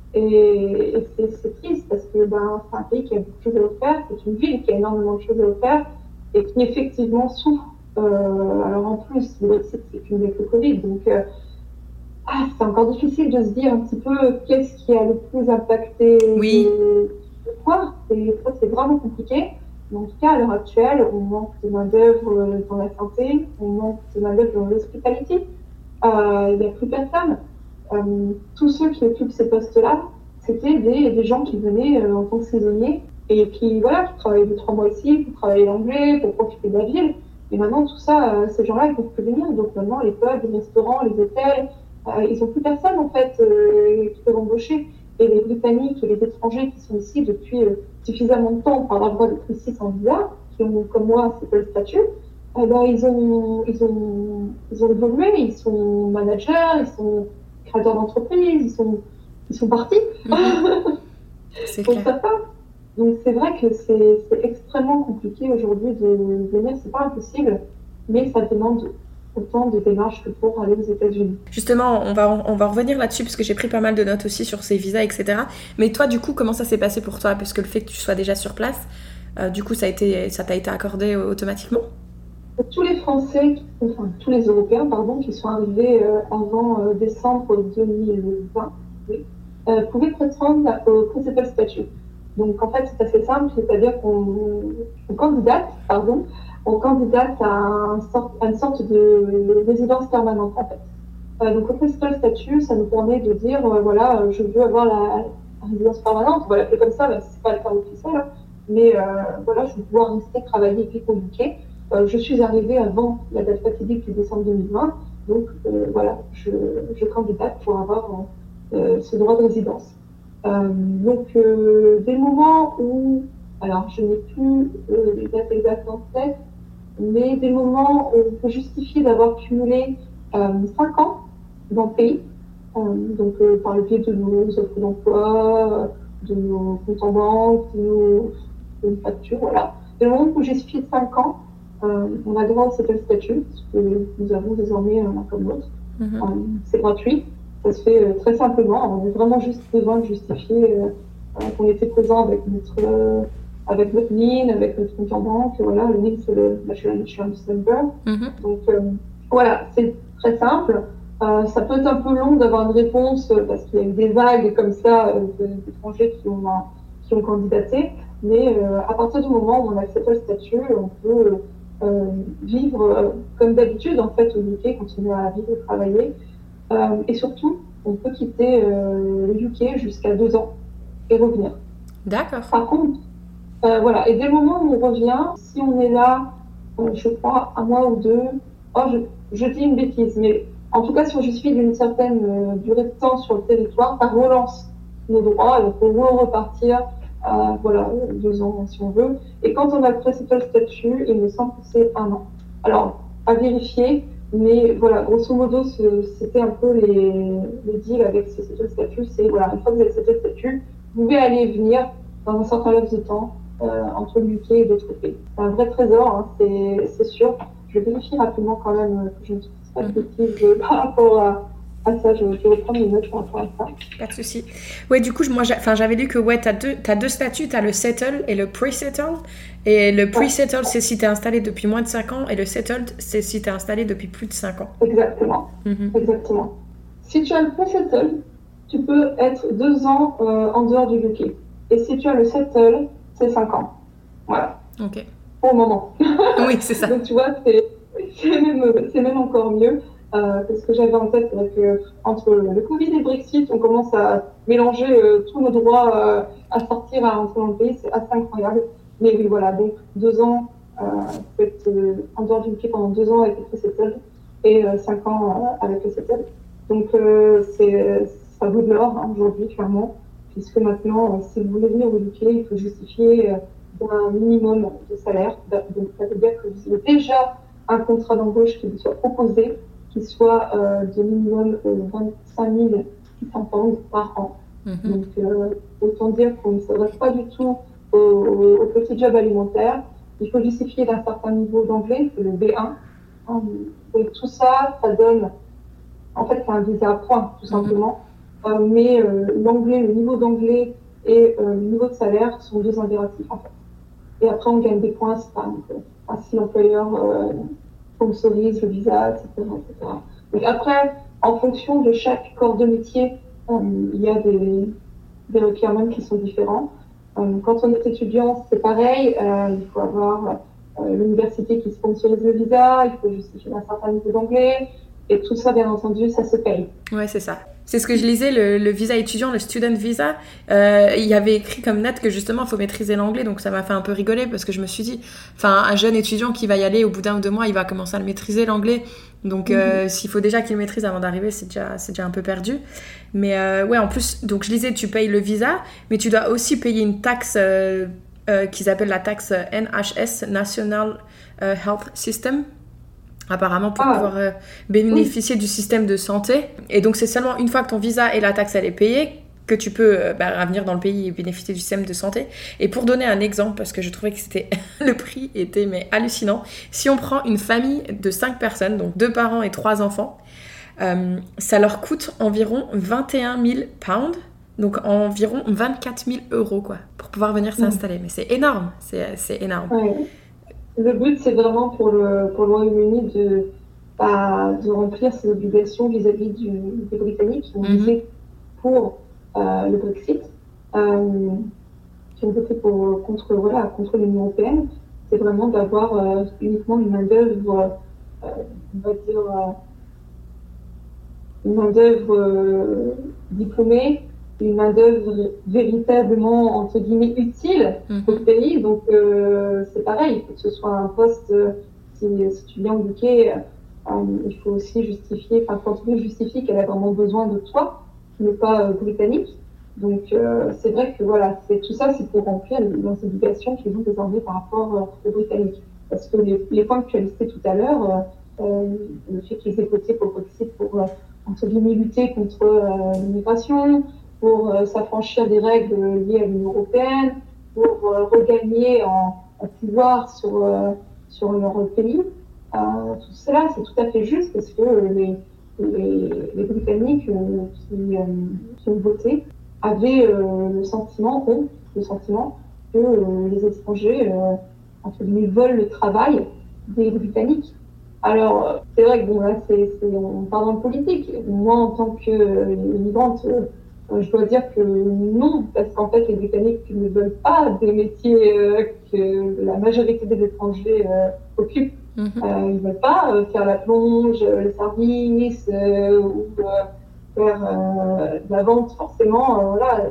Et, et c'est, c'est triste parce que ben, c'est un pays qui a beaucoup de choses à offrir, c'est une ville qui a énormément de choses à offrir et qui effectivement souffre. Euh, alors en plus, le Brexit, c'est qu'une avec le Covid, donc euh, ah, c'est encore difficile de se dire un petit peu qu'est-ce qui a le plus impacté Oui. le quoi. C'est, ça, c'est vraiment compliqué. Mais en tout cas, à l'heure actuelle, on manque de main-d'œuvre dans la santé, on manque de main-d'œuvre dans l'hospitalité. Euh, il n'y a plus personne. Euh, tous ceux qui occupent ces postes-là, c'était des, des gens qui venaient euh, en tant que saisonniers et qui, voilà, qui travaillaient deux, trois mois ici pour travailler l'anglais, pour profiter de la ville. Et maintenant, tout ça, euh, ces gens-là, ils ne peuvent plus venir. Donc maintenant, les pubs, les restaurants, les hôtels, euh, ils n'ont plus personne, en fait, euh, qui peuvent embaucher. Et les Britanniques et les étrangers qui sont ici depuis euh, suffisamment de temps pour avoir le droit d'être ici sans visa, qui ont, comme moi, c'est pas le statut, eh ben, ils ont, ils ont, ils ont évolué, ils sont managers, ils sont créateurs d'entreprises, ils sont, ils sont partis. Mm-hmm. C'est Pour clair. certains. Donc c'est vrai que c'est, c'est extrêmement compliqué aujourd'hui de venir, c'est pas impossible, mais ça demande autant de démarches que pour aller aux États-Unis. Justement, on va, on va revenir là-dessus parce que j'ai pris pas mal de notes aussi sur ces visas, et cetera. Mais toi, du coup, comment ça s'est passé pour toi? Parce que le fait que tu sois déjà sur place, euh, du coup, ça, a été, ça t'a été accordé automatiquement? Pour tous les Français, enfin tous les Européens, pardon, qui sont arrivés euh, avant euh, décembre deux mille vingt, oui, euh, pouvaient prétendre au principal statut. Donc en fait, c'est assez simple, c'est-à-dire qu'on, on candidate, pardon, on candidate à, un sort, à une sorte de résidence permanente en fait. Euh, donc le principal statut, ça nous permet de dire, euh, voilà, euh, je veux avoir la, la résidence permanente, on va l'appeler comme ça, même si c'est pas le terme officiel, hein, mais euh, voilà, je vais pouvoir rester travailler et puis au U K. Euh, je suis arrivée avant la date fatidique du décembre deux mille vingt, donc euh, voilà, je, je candidate pour avoir euh, ce droit de résidence. Euh, donc, euh, des moments où, alors je n'ai plus euh, les dates exactes en tête, mais des moments où on peut justifier d'avoir cumulé euh, cinq ans dans le pays, euh, donc euh, par le biais de nos offres d'emploi, de nos comptes en banque, de nos, de nos factures, voilà. Des moments où j'ai suffi de cinq ans, euh, on a droit à cet statut, parce que nous avons désormais un comme l'autre. Mm-hmm. Euh, c'est gratuit. Ça se fait euh, très simplement. On a vraiment juste besoin de justifier euh, euh, qu'on était présent avec notre, euh, avec notre N I N, avec notre compte en banque. Voilà, le N I N, c'est le National Insurance Number. Mm-hmm. Donc euh, voilà, c'est très simple. Euh, ça peut être un peu long d'avoir une réponse euh, parce qu'il y a eu des vagues comme ça euh, d'étrangers qui ont, qui ont candidaté. Mais euh, à partir du moment où on accepte le statut, on peut euh, vivre euh, comme d'habitude en fait au U K, continuer à vivre et travailler. Euh, et surtout, on peut quitter euh, le U K jusqu'à deux ans et revenir. D'accord. Par contre, euh, voilà, et dès le moment où on revient, si on est là, euh, je crois, un mois ou deux, oh, je, je dis une bêtise, mais en tout cas, si on justifie d'une certaine euh, durée de temps sur le territoire, ça relance nos droits et on peut repartir à voilà, deux ans si on veut. Et quand on a le principal statut, il me semble que c'est un an. Alors, à vérifier. Mais voilà, grosso modo, ce, c'était un peu les, les deals avec ce statut. C'est voilà, une fois que vous avez ce statut, vous pouvez aller et venir dans un certain laps de temps euh, entre le U K et d'autres pays. C'est un vrai trésor, hein, c'est, c'est sûr. Je vais vérifier rapidement quand même que je ne trouve pas de bêtises euh, par rapport à, à ça. Je, je vais reprendre mes notes par rapport à ça. Pas de souci. Ouais, du coup, moi, j'a, j'avais lu que ouais, tu as deux, t'as deux statuts, tu as le settle et le pre-settle. Et le pre-settle, ouais. C'est si tu es installé depuis moins de cinq ans, et le settled, c'est si tu es installé depuis plus de cinq ans. Exactement. Mm-hmm. Exactement. Si tu as le pre-settle, tu peux être deux ans euh, en dehors du U K. Et si tu as le settle, c'est cinq ans. Voilà. Ok. Pour le moment. Oui, c'est ça. Donc tu vois, c'est, c'est, même, c'est même encore mieux. Euh, parce que j'avais en tête que entre le Covid et le Brexit, on commence à mélanger euh, tous nos droits euh, à sortir, à rentrer dans le pays. C'est assez incroyable. Mais oui, voilà, donc deux ans, euh, peut être euh, en dehors du U K pendant deux ans avec le pre-settle et euh, cinq ans euh, avec le settle. Donc euh, c'est, ça vaut de l'or hein, aujourd'hui, clairement, puisque maintenant, euh, si vous voulez venir au U K, il faut justifier euh, d'un minimum de salaire. Donc ça veut dire que vous avez déjà un contrat d'embauche qui vous soit proposé, qui soit euh, de minimum euh, vingt-cinq mille six cents pounds par an. Mm-hmm. Donc euh, autant dire qu'on ne s'adresse pas du tout Au, au petit job alimentaire. il faut justifier d'un certain niveau d'anglais, c'est le B un. Et tout ça, ça donne, en fait, c'est un visa à points, tout simplement. Mmh. Euh, mais euh, l'anglais, le niveau d'anglais et euh, le niveau de salaire sont deux impératifs, en fait. Et après, on gagne des points si, par exemple, si l'employeur euh, sponsorise le visa, et cetera, et cetera. Donc après, en fonction de chaque corps de métier, euh, il y a des, des requirements qui sont différents. Euh, quand on est étudiant, c'est pareil. Euh, il faut avoir euh, l'université qui sponsorise le visa, il faut justifier un certain niveau d'anglais. Et tout ça, bien entendu, ça se paye. Ouais, c'est ça. C'est ce que je lisais, le, le visa étudiant, le student visa. Euh, il y avait écrit comme note que justement, il faut maîtriser l'anglais. Donc, ça m'a fait un peu rigoler parce que je me suis dit, enfin, un jeune étudiant qui va y aller, au bout d'un ou deux mois, il va commencer à le maîtriser, l'anglais. Donc, mm-hmm. euh, s'il faut déjà qu'il le maîtrise avant d'arriver, c'est déjà, c'est déjà un peu perdu. Mais euh, ouais, en plus, donc je lisais, tu payes le visa, mais tu dois aussi payer une taxe euh, euh, qu'ils appellent la taxe N H S, National euh, Health System. Apparemment pour ah. pouvoir euh, bénéficier oui. du système de santé. Et donc c'est seulement une fois que ton visa et la taxe elle est payée que tu peux euh, bah, revenir dans le pays et bénéficier du système de santé. Et pour donner un exemple, parce que je trouvais que c'était le prix était mais hallucinant, si on prend une famille de cinq personnes, donc deux parents et trois enfants, euh, ça leur coûte environ vingt et un mille pounds, donc environ vingt-quatre mille euros quoi, pour pouvoir venir s'installer. Mmh. Mais c'est énorme, c'est, c'est énorme. Ouais. Le but, c'est vraiment pour le, pour le Royaume-Uni de, bah, de remplir ses obligations vis-à-vis du, des Britanniques qui ont mm-hmm. voté pour euh, le Brexit, euh, qui ont voté pour, contre, voilà, contre l'Union européenne. C'est vraiment d'avoir euh, uniquement une main-d'œuvre, euh, on va dire, euh, une main-d'œuvre euh, diplômée, une main-d'œuvre véritablement, entre guillemets, utile mmh. au pays. Donc, euh, c'est pareil, il faut que ce soit un poste, euh, si, si tu viens au U K, euh, il faut aussi justifier, enfin, quand tu justifies qu'elle a vraiment besoin de toi, qui n'est pas euh, britannique. Donc, euh, c'est vrai que voilà, c'est, tout ça, c'est pour remplir les, les obligations qu'ils ont désormais par rapport euh, aux Britanniques. Parce que les, les points que tu as listés tout à l'heure, euh, euh, le fait qu'ils aient voté pour le Brexit pour, euh, entre guillemets, lutter contre euh, l'immigration, pour euh, s'affranchir des règles liées à l'Union européenne, pour euh, regagner en, en pouvoir sur, euh, sur leur pays. Euh, tout cela, c'est tout à fait juste parce que les, les, les Britanniques euh, qui, euh, qui ont voté avaient euh, le sentiment, ont le sentiment que euh, les étrangers, euh, entre guillemets, volent le travail des Britanniques. Alors, c'est vrai que bon, là, c'est, c'est, on parle dans le politique. Moi, en tant que euh, migrante, euh, je dois dire que non, parce qu'en fait, les Britanniques ne veulent pas des métiers euh, que la majorité des étrangers euh, occupent. Mm-hmm. Euh, ils ne veulent pas euh, faire la plonge, les services, euh, ou euh, faire euh, de la vente, forcément. Euh, voilà,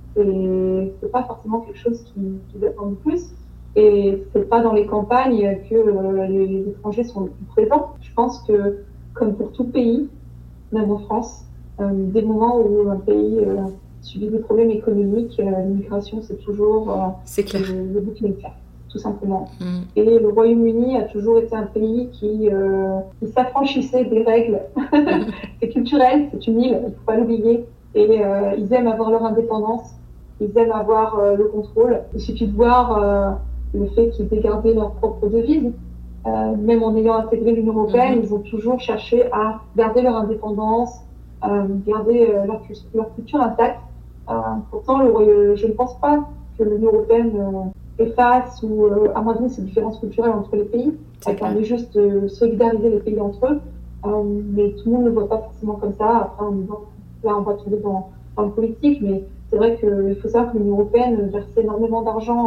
c'est, c'est pas forcément quelque chose qui, qui attend le plus. Et c'est pas dans les campagnes que euh, les, les étrangers sont le plus présents. Je pense que, comme pour tout pays, même en France, Euh, des moments où un pays euh, subit des problèmes économiques, euh, l'immigration, c'est toujours euh, c'est clair. le, le bouc émissaire, tout simplement. Mm. Et le Royaume-Uni a toujours été un pays qui, euh, qui s'affranchissait des règles. C'est culturel, c'est une île, il ne faut pas l'oublier. Et euh, ils aiment avoir leur indépendance, ils aiment avoir euh, le contrôle. Il suffit de voir euh, le fait qu'ils aient gardé leur propre devise. Euh, même en ayant intégré l'Union européenne, mm. ils ont toujours cherché à garder leur indépendance, Euh, garder euh, leur, leur culture intacte. Euh, pourtant, le, je ne pense pas que l'Union européenne euh, efface ou euh, amoindrit ces différences culturelles entre les pays. Ça permet juste de solidariser les pays entre eux, euh, mais tout le monde ne le voit pas forcément comme ça. Après, on voit, là, on va tomber dans, dans le politique, mais c'est vrai qu'il faut savoir que l'Union européenne versait énormément d'argent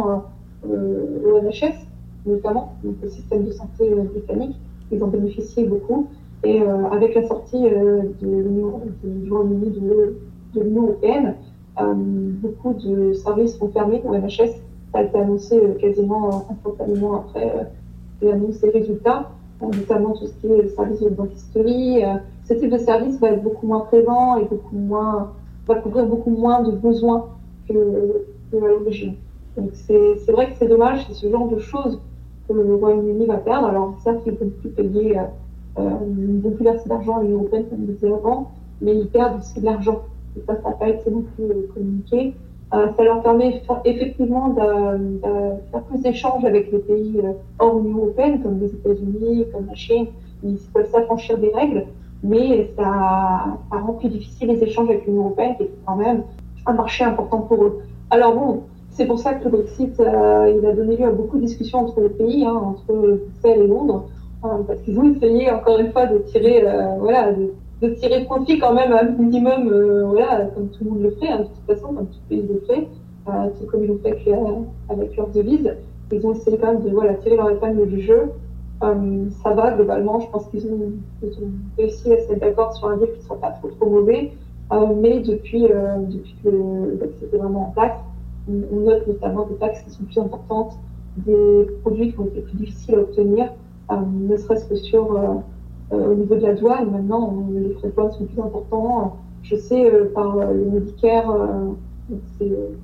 euh, au N H S, notamment, donc le système de santé britannique. Ils en bénéficiaient beaucoup. Et euh, avec la sortie euh, de l'Union, de, du Royaume-Uni de, de l'Union européenne, euh, beaucoup de services sont fermés au N H S. Ça a été annoncé euh, quasiment instantanément après euh, l'annonce des résultats, euh, notamment tout ce qui est service de dentisterie. Euh, ce type de service va être beaucoup moins présent et beaucoup moins, va couvrir beaucoup moins de besoins que, que à l'origine. Donc c'est, c'est vrai que c'est dommage, c'est ce genre de choses que le Royaume-Uni va perdre. Alors certes, ils ne peuvent plus payer euh, Euh, ils vont plus verser d'argent à l'Union européenne comme je disais avant, mais ils perdent aussi de l'argent. Et ça, ça n'a pas été non plus communiqué. Euh, ça leur permet effectivement de, de faire plus d'échanges avec les pays hors Union européenne, comme les États-Unis, comme la Chine. Ils peuvent s'affranchir des règles, mais ça, ça rend plus difficile les échanges avec l'Union européenne, qui est quand même un marché important pour eux. Alors bon, c'est pour ça que le Brexit, euh, il a donné lieu à beaucoup de discussions entre les pays, hein, entre Bruxelles et Londres, hein, parce qu'ils ont essayé encore une fois de tirer, euh, voilà, de, de tirer profit quand même un minimum, euh, voilà, comme tout le monde le fait, hein, de toute façon, comme tout pays le fait, euh, tout comme ils l'ont fait avec, euh, avec leurs devises. Ils ont essayé quand même de voilà, tirer leur épingle du jeu. Euh, ça va globalement, je pense qu'ils ont, ils ont réussi à se mettre d'accord sur un deal qui ne soit pas trop trop mauvais, euh, mais depuis, euh, depuis que le Brexit est vraiment en place, on, on note notamment des taxes qui sont plus importantes, des produits qui ont été plus difficiles à obtenir, euh, ne serait-ce que sur euh, euh, au niveau de la douane. Maintenant, on, les frais de douane sont plus importants. Je sais euh, par euh, le Medicare, euh, c'est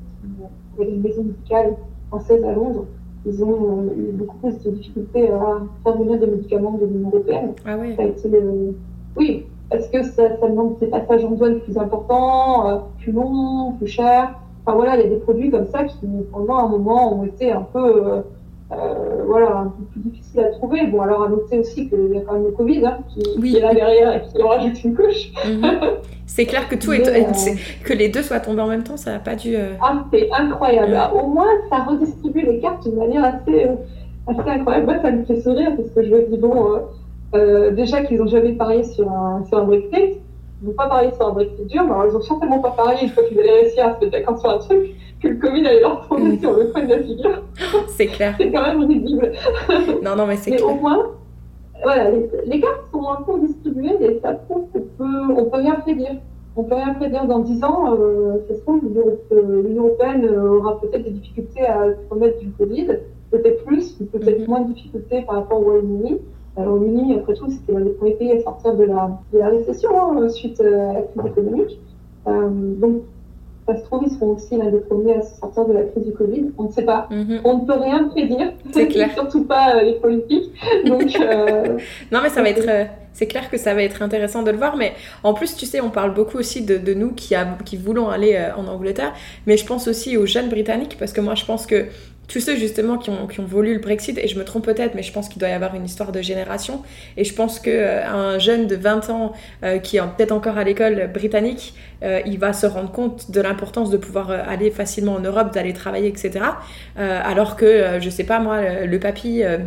euh, une maison médicale française à Londres. Ils ont euh, eu beaucoup plus de difficultés à faire venir des médicaments de l'Union européenne. Ah oui. Ça a été, euh, oui, parce que ça, ça demande des passages en douane plus importants, euh, plus longs, plus chers. Enfin voilà, il y a des produits comme ça qui, pendant un moment, ont été un peu, euh, euh, voilà, un peu plus difficiles à trouver. Bon, alors à noter aussi qu'il y a quand même le Covid hein, qui, oui. qui est là derrière et qui en rajoute une couche. Mm-hmm. C'est clair que tout Mais, est, euh... que les deux soient tombés en même temps, ça n'a pas dû. Euh... Ah, c'est incroyable. Mm. Au moins, ça redistribue les cartes d'une manière assez, euh, assez incroyable. Moi, ça me fait sourire parce que je me dis bon, euh, euh, déjà qu'ils n'ont jamais parié sur un sur un Brexit. Ils n'ont pas parié sur un Brexit dur, mais alors ils n'ont certainement pas parié une fois qu'ils allaient réussir à se mettre d'accord sur un truc, que le Covid allait leur tomber mmh. sur le coin de la figure. C'est clair. C'est quand même risible. Non, non, mais c'est mais clair. Mais au moins, voilà, les, les cartes sont un peu distribuées et ça prouve qu'on peut, on peut rien prédire. On peut rien prédire dans dix ans. Euh, ça se trouve, l'Union européenne aura peut-être des difficultés à se remettre du Covid, peut-être plus, ou peut-être mmh. moins de difficultés par rapport au Royaume-Uni. Alors, l'Uni, après tout, c'était l'un des premiers pays à sortir de la, de la récession hein, suite à la crise économique. Euh, donc, ça se trouve, ils seront aussi l'un des premiers à sortir de la crise du Covid. On ne sait pas. Mm-hmm. On ne peut rien prédire. C'est clair. Surtout pas euh, les politiques. Donc, euh, non, mais ça va être... Euh, c'est clair que ça va être intéressant de le voir. Mais en plus, tu sais, on parle beaucoup aussi de, de nous qui, a, qui voulons aller euh, en Angleterre. Mais je pense aussi aux jeunes Britanniques. Parce que moi, je pense que tous ceux justement qui ont, qui ont voulu le Brexit, et je me trompe peut-être, mais je pense qu'il doit y avoir une histoire de génération, et je pense qu'un euh, jeune de vingt ans euh, qui est peut-être encore à l'école britannique, euh, il va se rendre compte de l'importance de pouvoir euh, aller facilement en Europe, d'aller travailler, et cetera. Euh, alors que, euh, je sais pas moi, le, le papy... Euh,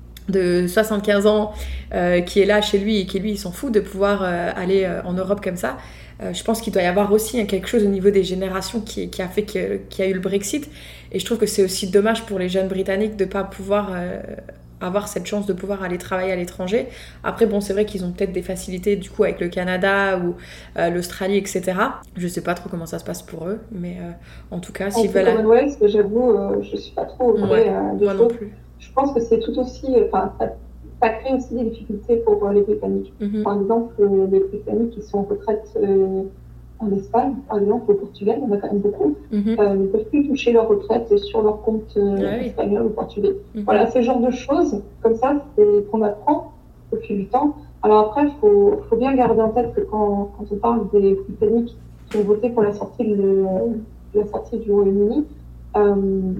de soixante-quinze ans euh, qui est là chez lui et qui lui il s'en fout de pouvoir euh, aller euh, en Europe comme ça. Euh, je pense qu'il doit y avoir aussi hein, quelque chose au niveau des générations qui, qui a fait que, qu'il y a eu le Brexit, et je trouve que c'est aussi dommage pour les jeunes Britanniques de ne pas pouvoir euh, avoir cette chance de pouvoir aller travailler à l'étranger. Après bon, c'est vrai qu'ils ont peut-être des facilités du coup avec le Canada ou euh, l'Australie, et cetera. Je sais pas trop comment ça se passe pour eux, mais euh, en tout cas s'ils veulent... Commonwealth, j'avoue, euh, je suis pas trop au ouais, euh, de moi non plus. Je pense que c'est tout aussi, enfin, ça, ça crée aussi des difficultés pour euh, les Britanniques. Mm-hmm. Par exemple, euh, les Britanniques qui sont en retraite euh, en Espagne, par exemple, au Portugal, il y en a quand même beaucoup, mm-hmm. euh, ne peuvent plus toucher leur retraite sur leur compte euh, ah oui. espagnol ou portugais. Mm-hmm. Voilà, ce genre de choses, comme ça, c'est qu'on apprend au fil du temps. Alors après, il faut, faut bien garder en tête que quand, quand on parle des Britanniques qui ont voté pour la sortie, de, de la sortie du Royaume-Uni, euh,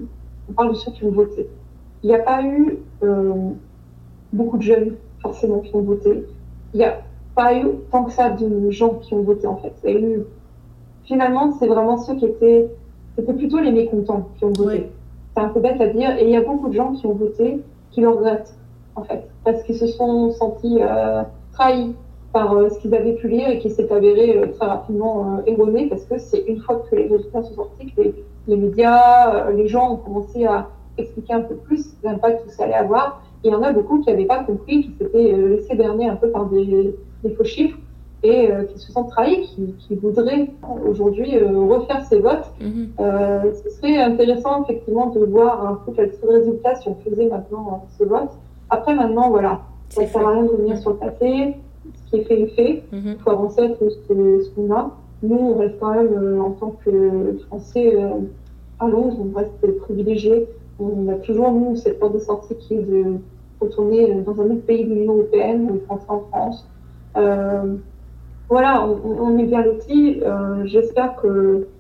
on parle de ceux qui ont voté. Il n'y a pas eu euh, beaucoup de jeunes, forcément, qui ont voté. Il n'y a pas eu tant que ça de gens qui ont voté, en fait. Il y a eu... Finalement, c'est vraiment ceux qui étaient... C'était plutôt les mécontents qui ont voté. Oui. C'est un peu bête à dire. Et il y a beaucoup de gens qui ont voté qui le regrettent, en fait. Parce qu'ils se sont sentis euh, trahis par euh, ce qu'ils avaient pu lire et qui s'est avéré euh, très rapidement euh, erroné, parce que c'est une fois que les résultats sont sortis que les, les médias, euh, les gens ont commencé à expliquer un peu plus l'impact que ça allait avoir. Et il y en a beaucoup qui n'avaient pas compris, qui s'étaient euh, laissés berner un peu par des, des faux chiffres et euh, qui se sentent trahis, qui, qui voudraient aujourd'hui euh, refaire ces votes. Mm-hmm. Euh, ce serait intéressant effectivement de voir un peu quel serait le résultat si on faisait maintenant ce vote. Après maintenant, voilà, ça ne sert à rien de revenir mm-hmm. sur le passé. Ce qui est fait est fait. Il mm-hmm. faut avancer avec ce, ce qu'on a. Nous, on reste quand même, euh, en tant que Français, euh, à Londres, on reste privilégiés. On a toujours, nous, cette porte de sortie qui est de retourner dans un autre pays de l'Union européenne, ou rentrer en France. Euh, voilà, on, on est bien lotis. Euh, j'espère que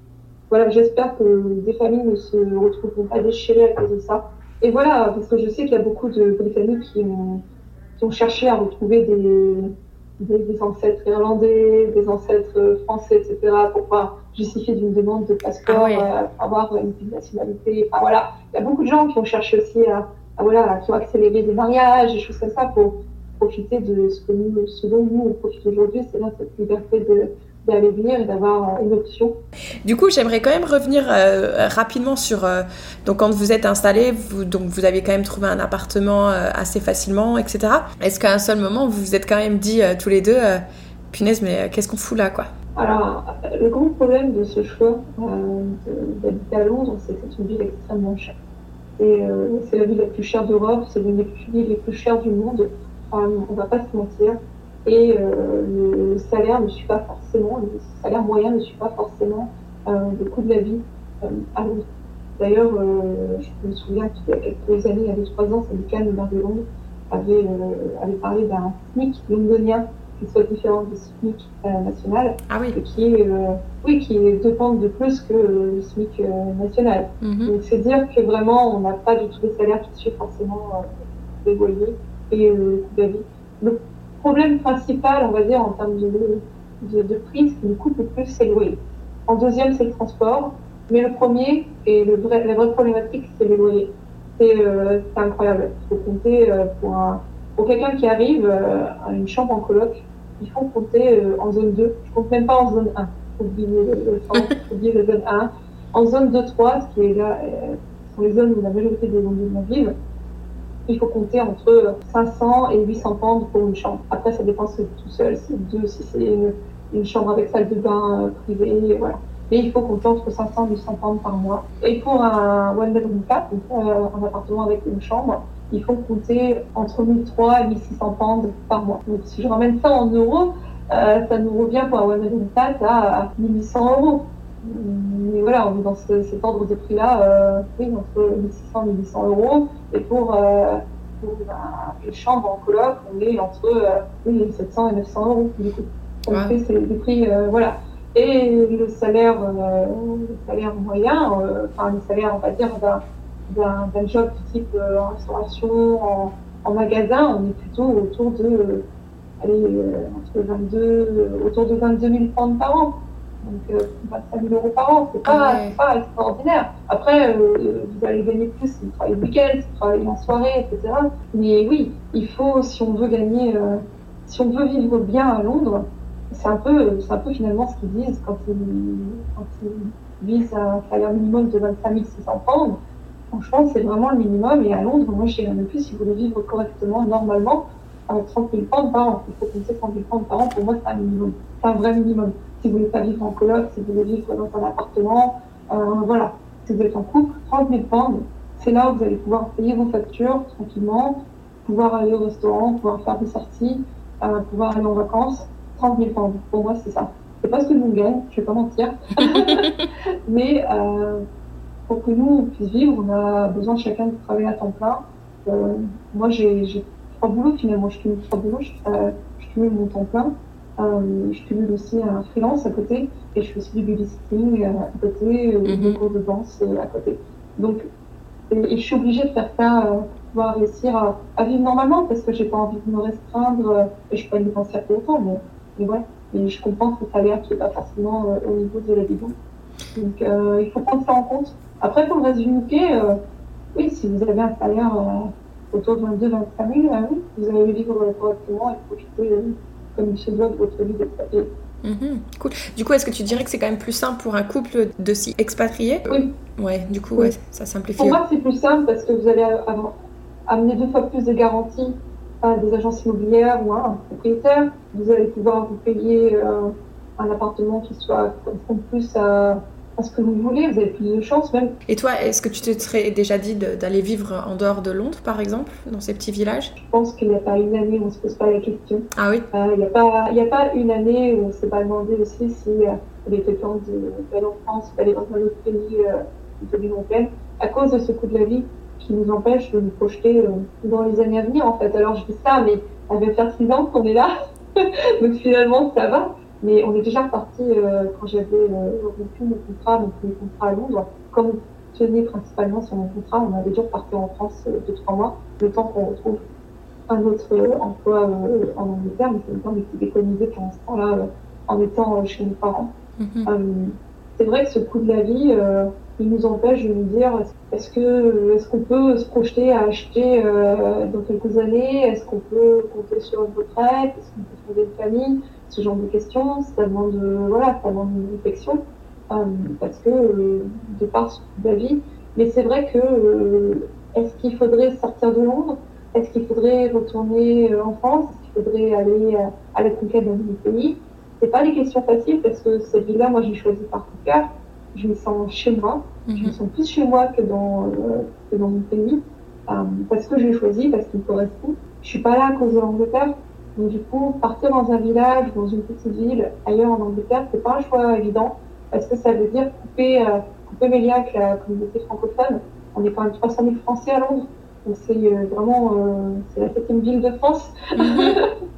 voilà, j'espère que des familles ne se retrouveront pas déchirées à cause de ça. Et voilà, parce que je sais qu'il y a beaucoup de, de familles qui ont, qui ont cherché à retrouver des, des, des ancêtres irlandais, des ancêtres français, et cetera, pour pouvoir justifier d'une demande de passeport, Ah ouais. euh, pour avoir une petite nationalité. Enfin voilà, il y a beaucoup de gens qui ont cherché aussi à, à voilà, qui ont accéléré des mariages, des choses comme ça pour profiter de ce que nous, ce dont nous on profite aujourd'hui, c'est-à-dire cette liberté de d'aller venir et d'avoir une option. Du coup, j'aimerais quand même revenir euh, rapidement sur euh, donc quand vous êtes installés, vous, donc vous avez quand même trouvé un appartement euh, assez facilement, et cetera. Est-ce qu'à un seul moment vous vous êtes quand même dit euh, tous les deux, euh, punaise, mais euh, qu'est-ce qu'on fout là, quoi? Alors, le grand problème de ce choix euh, de, d'habiter à Londres, c'est que c'est une ville extrêmement chère. Et euh, c'est la ville la plus chère d'Europe, c'est l'une des villes les plus chères du monde. Enfin, on ne va pas se mentir. Et euh, le salaire ne suit pas forcément, le salaire moyen ne suit pas forcément euh, le coût de la vie euh, à Londres. D'ailleurs, euh, je me souviens qu'il y a quelques années, il y a deux trois ans, syndicat le maire de Londres avait, euh, avait parlé d'un SMIC londonien qui soit différent du SMIC euh, national, Ah oui. et qui est, euh, oui, qui est deux pentes de plus que euh, le SMIC euh, national. Mm-hmm. Donc c'est dire que vraiment, on n'a pas du tout les salaires qui suivent forcément euh, les loyers et euh, le coût de la vie. Le problème principal, on va dire, en termes de, de, de prix, ce qui nous coûte le plus, c'est le loyer. En deuxième, c'est le transport. Mais le premier, et le vrai, la vraie problématique, c'est le loyer. C'est, euh, c'est incroyable. Il faut compter euh, pour, un, pour quelqu'un qui arrive euh, à une chambre en coloc, il faut compter euh, en zone deux. Je ne compte même pas en zone un. Il faut oublier le, le, faut oublier le zone un. En zone deux trois, ce qui est là, euh, sont les zones où la majorité des Londoniens vivent, il faut compter entre cinq cents et huit cents pounds pour une chambre. Après, ça dépend si c'est tout seul, si c'est deux, si c'est une, une chambre avec salle de bain euh, privée, voilà. Et il faut compter entre cinq cents et huit cents pounds par mois. Et pour un one bedroom flat, donc euh, un appartement avec une chambre, il faut compter entre mille trois cents et mille six cents pounds par mois. Donc si je ramène ça en euros, euh, ça nous revient pour un one bedroom flat à mille huit cents euros. Mais voilà, on est dans ce, cet ordre de prix-là, euh, oui, entre mille six cents et mille huit cents euros. Et pour, euh, pour euh, une chambre en coloc, on est entre euh, oui, sept cents et neuf cents euros. Du coup, on Ouais. fait c'est des prix, euh, voilà. Et le salaire, euh, le salaire moyen, euh, enfin le salaire, on va dire, d'un, d'un, d'un job du type euh, en restauration, en, en magasin, on est plutôt autour de, euh, allez, euh, entre vingt-deux, euh, autour de vingt-deux mille pounds par an. Donc euh, vingt-cinq mille euros par an, c'est pas, Ah ouais. c'est pas extraordinaire. Après, euh, vous allez gagner plus si vous travaillez le week-end, si vous travaillez en soirée, et cetera. Mais oui, il faut, si on veut gagner, euh, si on veut vivre bien à Londres, c'est un peu, c'est un peu finalement ce qu'ils disent quand ils, quand ils visent un salaire minimum de vingt-cinq mille six cents pounds. Franchement, c'est vraiment le minimum. Et à Londres, moi, je dirais même plus, si vous voulez vivre correctement, normalement, avec trente mille pounds par an. Il faut compter trente mille pounds par an. Pour moi, c'est un minimum. C'est un vrai minimum. Si vous voulez pas vivre en coloc, si vous voulez vivre dans un appartement, euh, voilà. Si vous êtes en couple, trente mille pounds, c'est là où vous allez pouvoir payer vos factures tranquillement, pouvoir aller au restaurant, pouvoir faire des sorties, euh, pouvoir aller en vacances. trente mille pounds, pour moi, c'est ça. C'est pas ce que nous on gagne, je vais pas mentir. Mais euh, pour que nous on puisse vivre, on a besoin chacun de travailler à temps plein. Euh, moi, j'ai, j'ai trois boulots finalement. Je cumule trois boulots. Je, euh, je cumule mon temps plein. Euh, je cumule aussi un freelance à côté et je fais aussi du babysitting à côté, euh, Mhm. des cours de danse euh, à côté. Donc, et, et je suis obligée de faire ça euh, pour pouvoir réussir à, à vivre normalement parce que j'ai pas envie de me restreindre euh, et je peux pas y penser à autant. Mais, mais ouais, et je comprends que le salaire qui est pas forcément euh, au niveau de la vie. Donc, euh, il faut prendre ça en compte. Après, pour le reste du U K, euh, oui, si vous avez un salaire euh, autour de vingt-deux à vingt-cinq mille, euh, oui, vous allez vivre euh, correctement et profiter euh, comme il se doit de votre vie d'expatrié. Mhm. Cool. Du coup, est-ce que tu dirais que c'est quand même plus simple pour un couple de s'y expatrier? Oui. Ouais, du coup, Oui. ouais, ça simplifie. Pour moi, c'est plus simple parce que vous allez avoir, amener deux fois plus de garanties à des agences immobilières ou à un propriétaire. Vous allez pouvoir vous payer euh, un appartement qui soit correspond plus à, à ce que vous voulez. Vous avez plus de chances même. Et toi, est-ce que tu te serais déjà dit de- d'aller vivre en dehors de Londres, par exemple, dans ces petits villages? Je pense qu'il n'y a pas une année où on ne se pose pas la question. Ah oui. Euh, il n'y a pas, il n'y a pas une année où on ne s'est pas demandé aussi si euh, il était temps de- d'aller en France, d'aller dans un autre pays euh, de l'Union européenne, à cause de ce coût de la vie qui nous empêche de nous projeter euh, dans les années à venir en fait. Alors je dis ça, mais ça va faire six ans qu'on est là, donc finalement ça va. Mais on est déjà reparti euh, quand j'avais euh, rompu mon contrat, mon premier contrat à Londres. Comme on tenait principalement sur mon contrat, on avait déjà reparti en France euh, deux, trois mois, le temps qu'on retrouve un autre euh, emploi euh, en Angleterre, mais c'est le temps d'économiser pendant ce temps-là euh, en étant euh, chez mes parents. Mm-hmm. Euh, c'est vrai que ce coût de la vie, euh, il nous empêche de nous dire est-ce que est-ce qu'on peut se projeter à acheter euh, dans quelques années, est-ce qu'on peut compter sur une retraite, est-ce qu'on peut fonder une famille, ce genre de questions, ça demande voilà, ça demande une réflexion euh, parce que euh, de par ce coût de la vie, mais c'est vrai que euh, est-ce qu'il faudrait sortir de Londres? Est-ce qu'il faudrait retourner en France? Est-ce qu'il faudrait aller à la conquête d'un nouveau pays? C'est pas des questions faciles parce que cette ville-là, moi, j'ai choisi par coup de cœur. Je me sens chez moi. Mm-hmm. Je me sens plus chez moi que dans, euh, que dans mon pays euh, parce que je l'ai choisi, parce qu'il me correspond. Je suis pas là à cause de l'Angleterre. Donc, du coup, partir dans un village, dans une petite ville, ailleurs en Angleterre, c'est pas un choix évident parce que ça veut dire couper, euh, couper mes liens avec la communauté francophone. On est quand même trois cent mille Français à Londres. Donc c'est euh, vraiment euh, c'est la septième ville de France. Mm-hmm.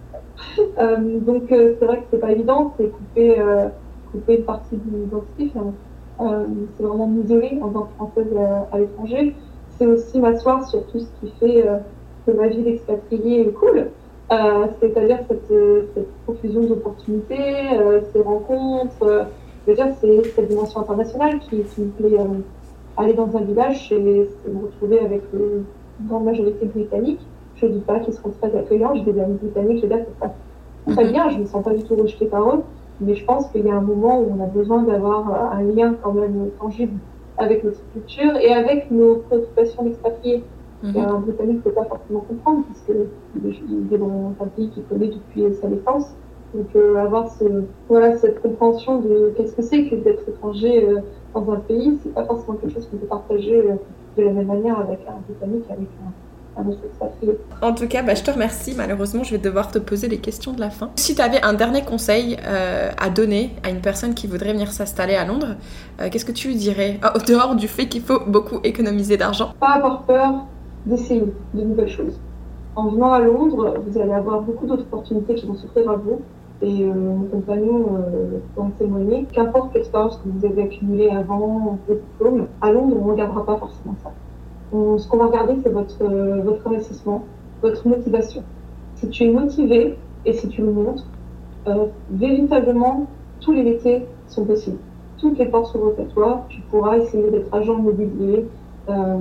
euh, donc euh, c'est vrai que c'est pas évident, c'est couper, euh, couper une partie de l'identité. Euh, c'est vraiment m'isoler en tant que Française à, à l'étranger. C'est aussi m'asseoir sur tout ce qui fait euh, que ma vie d'expatriée est cool. Euh, c'est-à-dire cette, cette profusion d'opportunités, euh, ces rencontres. Euh, déjà c'est cette dimension internationale qui, qui me plaît. Euh, aller dans un village, c'est, c'est me retrouver avec le une grande majorité britannique. Je ne dis pas qu'ils seront très accueillants, j'ai des amis britanniques, je veux dire que ça passe très bien, je ne me sens pas du tout rejetée par eux, mais je pense qu'il y a un moment où on a besoin d'avoir un lien quand même tangible avec notre culture et avec nos préoccupations d'expatriés. Mm-hmm. Un Britannique ne peut pas forcément comprendre, puisqu'il est dans un pays qu'il connaît depuis sa naissance. Donc euh, avoir ce, voilà, cette compréhension de qu'est-ce que c'est que d'être étranger euh, dans un pays, c'est pas forcément quelque chose qu'on peut partager euh, de la même manière avec un Britannique, avec un, un autre expatrié. En tout cas, bah, je te remercie. Malheureusement, je vais devoir te poser les questions de la fin. Si tu avais un dernier conseil euh, à donner à une personne qui voudrait venir s'installer à Londres, euh, qu'est-ce que tu lui dirais, au dehors du fait qu'il faut beaucoup économiser d'argent? Pas avoir peur d'essayer de nouvelles choses. En venant à Londres, vous allez avoir beaucoup d'autres opportunités qui vont s'offrir à vous. Et euh, mon compagnon euh, peut en témoigner. Qu'importe l'expérience que vous avez accumulée avant vos diplômes, à Londres, on ne regardera pas forcément ça. On, ce qu'on va regarder, c'est votre, euh, votre investissement, votre motivation. Si tu es motivé et si tu le montres, euh, véritablement, tous les métiers sont possibles. Toutes les portes s'ouvrent à toi. Tu pourras essayer d'être agent immobilier, euh,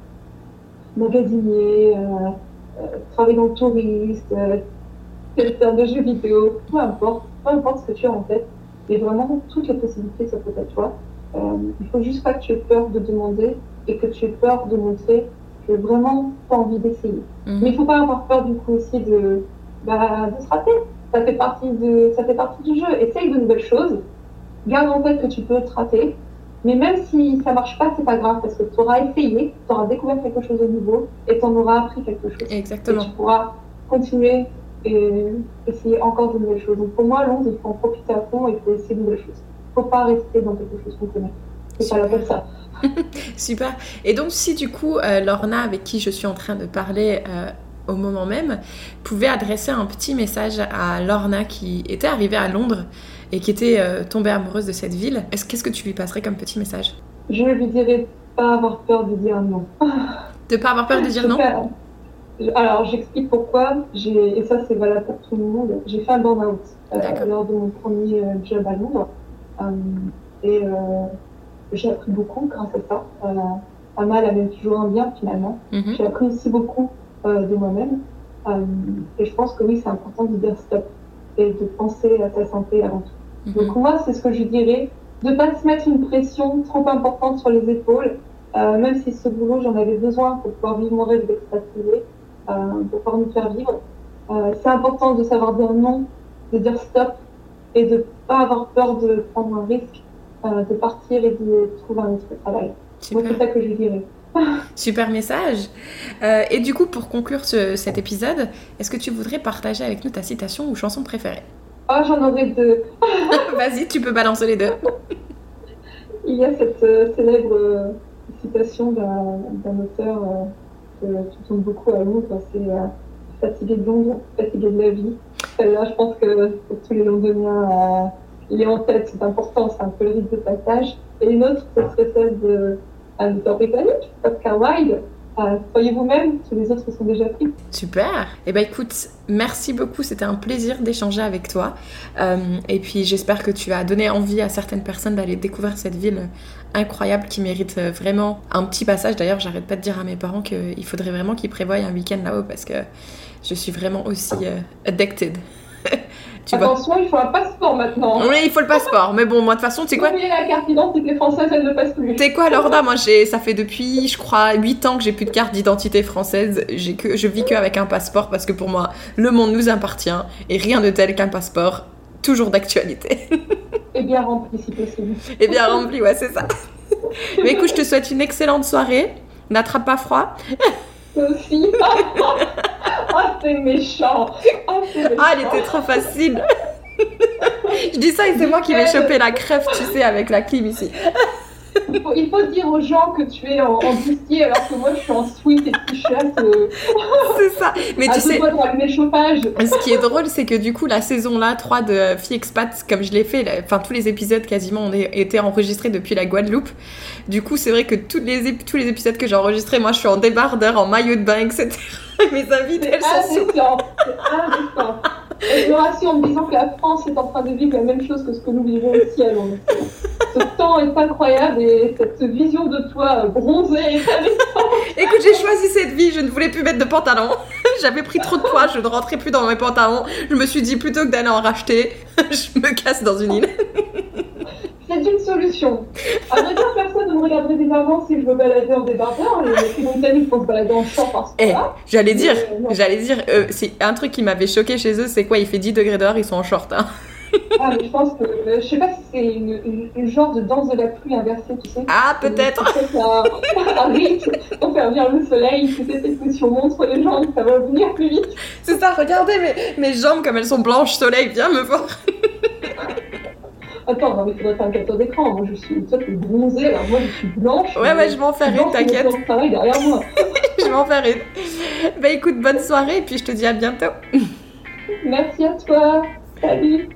magasinier, euh, euh, travailler dans le tourisme, euh, faire de jeux vidéo, peu importe, peu importe ce que tu as en tête, mais vraiment toutes les possibilités s'offrent à toi. Euh, il faut juste pas que tu aies peur de demander et que tu aies peur de montrer que vraiment tu as envie d'essayer. Mm-hmm. Mais il faut pas avoir peur du coup aussi de, bah, de se rater. Ça fait partie de, ça fait partie du jeu. Essaye de nouvelles choses. Garde en tête que tu peux te rater. Mais même si ça marche pas, c'est pas grave parce que tu auras essayé, tu auras découvert quelque chose de nouveau et tu en auras appris quelque chose. Exactement. Et tu pourras continuer et essayer encore de nouvelles choses. Donc pour moi, Londres, il faut en profiter à fond et il faut essayer de nouvelles choses. Il ne faut pas rester dans quelque chose qu'on connaît. C'est pas la peine ça. Super. Et donc si du coup, euh, Lorna, avec qui je suis en train de parler euh, au moment même, pouvait adresser un petit message à Lorna qui était arrivée à Londres et qui était euh, tombée amoureuse de cette ville, est-ce, qu'est-ce que tu lui passerais comme petit message? Je lui dirais pas avoir peur de dire non. De pas avoir peur de dire non? Alors, j'explique pourquoi, j'ai, et ça c'est valable pour tout le monde, j'ai fait un burn-out euh, lors de mon premier euh, job à Londres. Euh, et euh, j'ai appris beaucoup grâce à ça. Euh, un mal amène toujours un bien finalement. Mm-hmm. J'ai appris aussi beaucoup euh, de moi-même. Euh, et je pense que oui, c'est important de dire stop et de penser à ta santé avant tout. Mm-hmm. Donc moi, c'est ce que je dirais, de ne pas se mettre une pression trop importante sur les épaules, euh, même si ce boulot, j'en avais besoin pour pouvoir vivre mon rêve d'expatrié. Euh, pour pouvoir nous faire vivre. Euh, c'est important de savoir dire non, de dire stop et de ne pas avoir peur de prendre un risque, euh, de partir et de trouver un autre travail. Super. Moi, c'est ça que je dirais. Super message. Euh, et du coup, pour conclure ce, cet épisode, est-ce que tu voudrais partager avec nous ta citation ou chanson préférée? Ah, oh, j'en aurais deux. Vas-y, tu peux balancer les deux. Il y a cette euh, célèbre euh, citation d'un, d'un auteur euh, que tu tombes beaucoup à Londres, c'est euh, fatigué de Londres, fatigué de la vie. Celle-là, je pense que pour tous les Londoniens, euh, il est en tête, c'est important, c'est un peu le rite de passage. Et une autre, ce serait celle de un auteur britannique, Oscar Wilde. Euh, soyez vous-même, tous les autres sont déjà pris. Super. Eh ben écoute, merci beaucoup, c'était un plaisir d'échanger avec toi. Euh, et puis j'espère que tu as donné envie à certaines personnes d'aller découvrir cette ville incroyable qui mérite vraiment un petit passage. D'ailleurs, j'arrête pas de dire à mes parents qu'il faudrait vraiment qu'ils prévoient un week-end là-haut parce que je suis vraiment aussi euh, addicted. Tu Attention, vois. Il faut un passeport maintenant. Oui, il faut le passeport. Mais bon, moi, de toute façon, tu sais quoi? Oubliez la carte d'identité française, elle ne passe plus. Tu sais quoi, Lorda? Moi, j'ai, ça fait depuis, je crois, huit ans que j'ai plus de carte d'identité française. J'ai que, je vis qu'avec un passeport parce que pour moi, le monde nous appartient et rien de tel qu'un passeport, toujours d'actualité. Et bien rempli, si possible. Et bien rempli, ouais, c'est ça. Mais écoute, je te souhaite une excellente soirée. N'attrape pas froid. Sophie. Ah, c'est méchant. Ah, c'est méchant. Ah, elle était trop facile. Je dis ça et c'est moi qui vais choper la crève, tu sais, avec la clim ici. Il faut, il faut dire aux gens que tu es en, en bustier alors que moi je suis en sweat et t-shirt. Euh... C'est ça. Mais tu sais, le chauffage. Ce qui est drôle, c'est que du coup, la saison là, trois de Fille Expat, comme je l'ai fait, enfin tous les épisodes quasiment ont été enregistrés depuis la Guadeloupe. Du coup, c'est vrai que tous les, ép- tous les épisodes que j'ai enregistrés, moi je suis en débardeur, en maillot de bain, et cetera. Mes invités, elles sont sous. C'est indécent. Et je me rassure en me disant que la France est en train de vivre la même chose que ce que nous vivons ici à Londres. Ce temps est incroyable et cette vision de toi bronzée est indécente. Écoute, j'ai choisi cette vie, je ne voulais plus mettre de pantalon. J'avais pris trop de poids, je ne rentrais plus dans mes pantalons. Je me suis dit, plutôt que d'aller en racheter, je me casse dans une île. C'est une solution. À vrai dire, personne ne me regarderait bizarrement si je me baladais en débardeur. Les Britanniques font se balader en short parce que hey, là. J'allais dire, euh, j'allais dire, euh, c'est un truc qui m'avait choqué chez eux, c'est quoi? Il fait dix degrés dehors, ils sont en short. Hein. Ah, mais je pense que, euh, je sais pas si c'est une, une, une genre de danse de la pluie inversée, tu sais. Ah, peut-être. C'est un, un rythme pour faire venir le soleil, tu sais, c'est que si on montre les jambes, ça va venir plus vite. C'est ça, regardez mes, mes jambes comme elles sont blanches, soleil, viens me voir. Attends, non, mais il faudrait faire un capteur d'écran. Moi, je suis, toi, tu es bronzée, alors moi, je suis blanche. Ouais, ouais, je vais en faire une, t'inquiète. Je travail derrière moi. Je vais en faire une. Bah écoute, bonne soirée, et puis je te dis à bientôt. Merci à toi. Salut.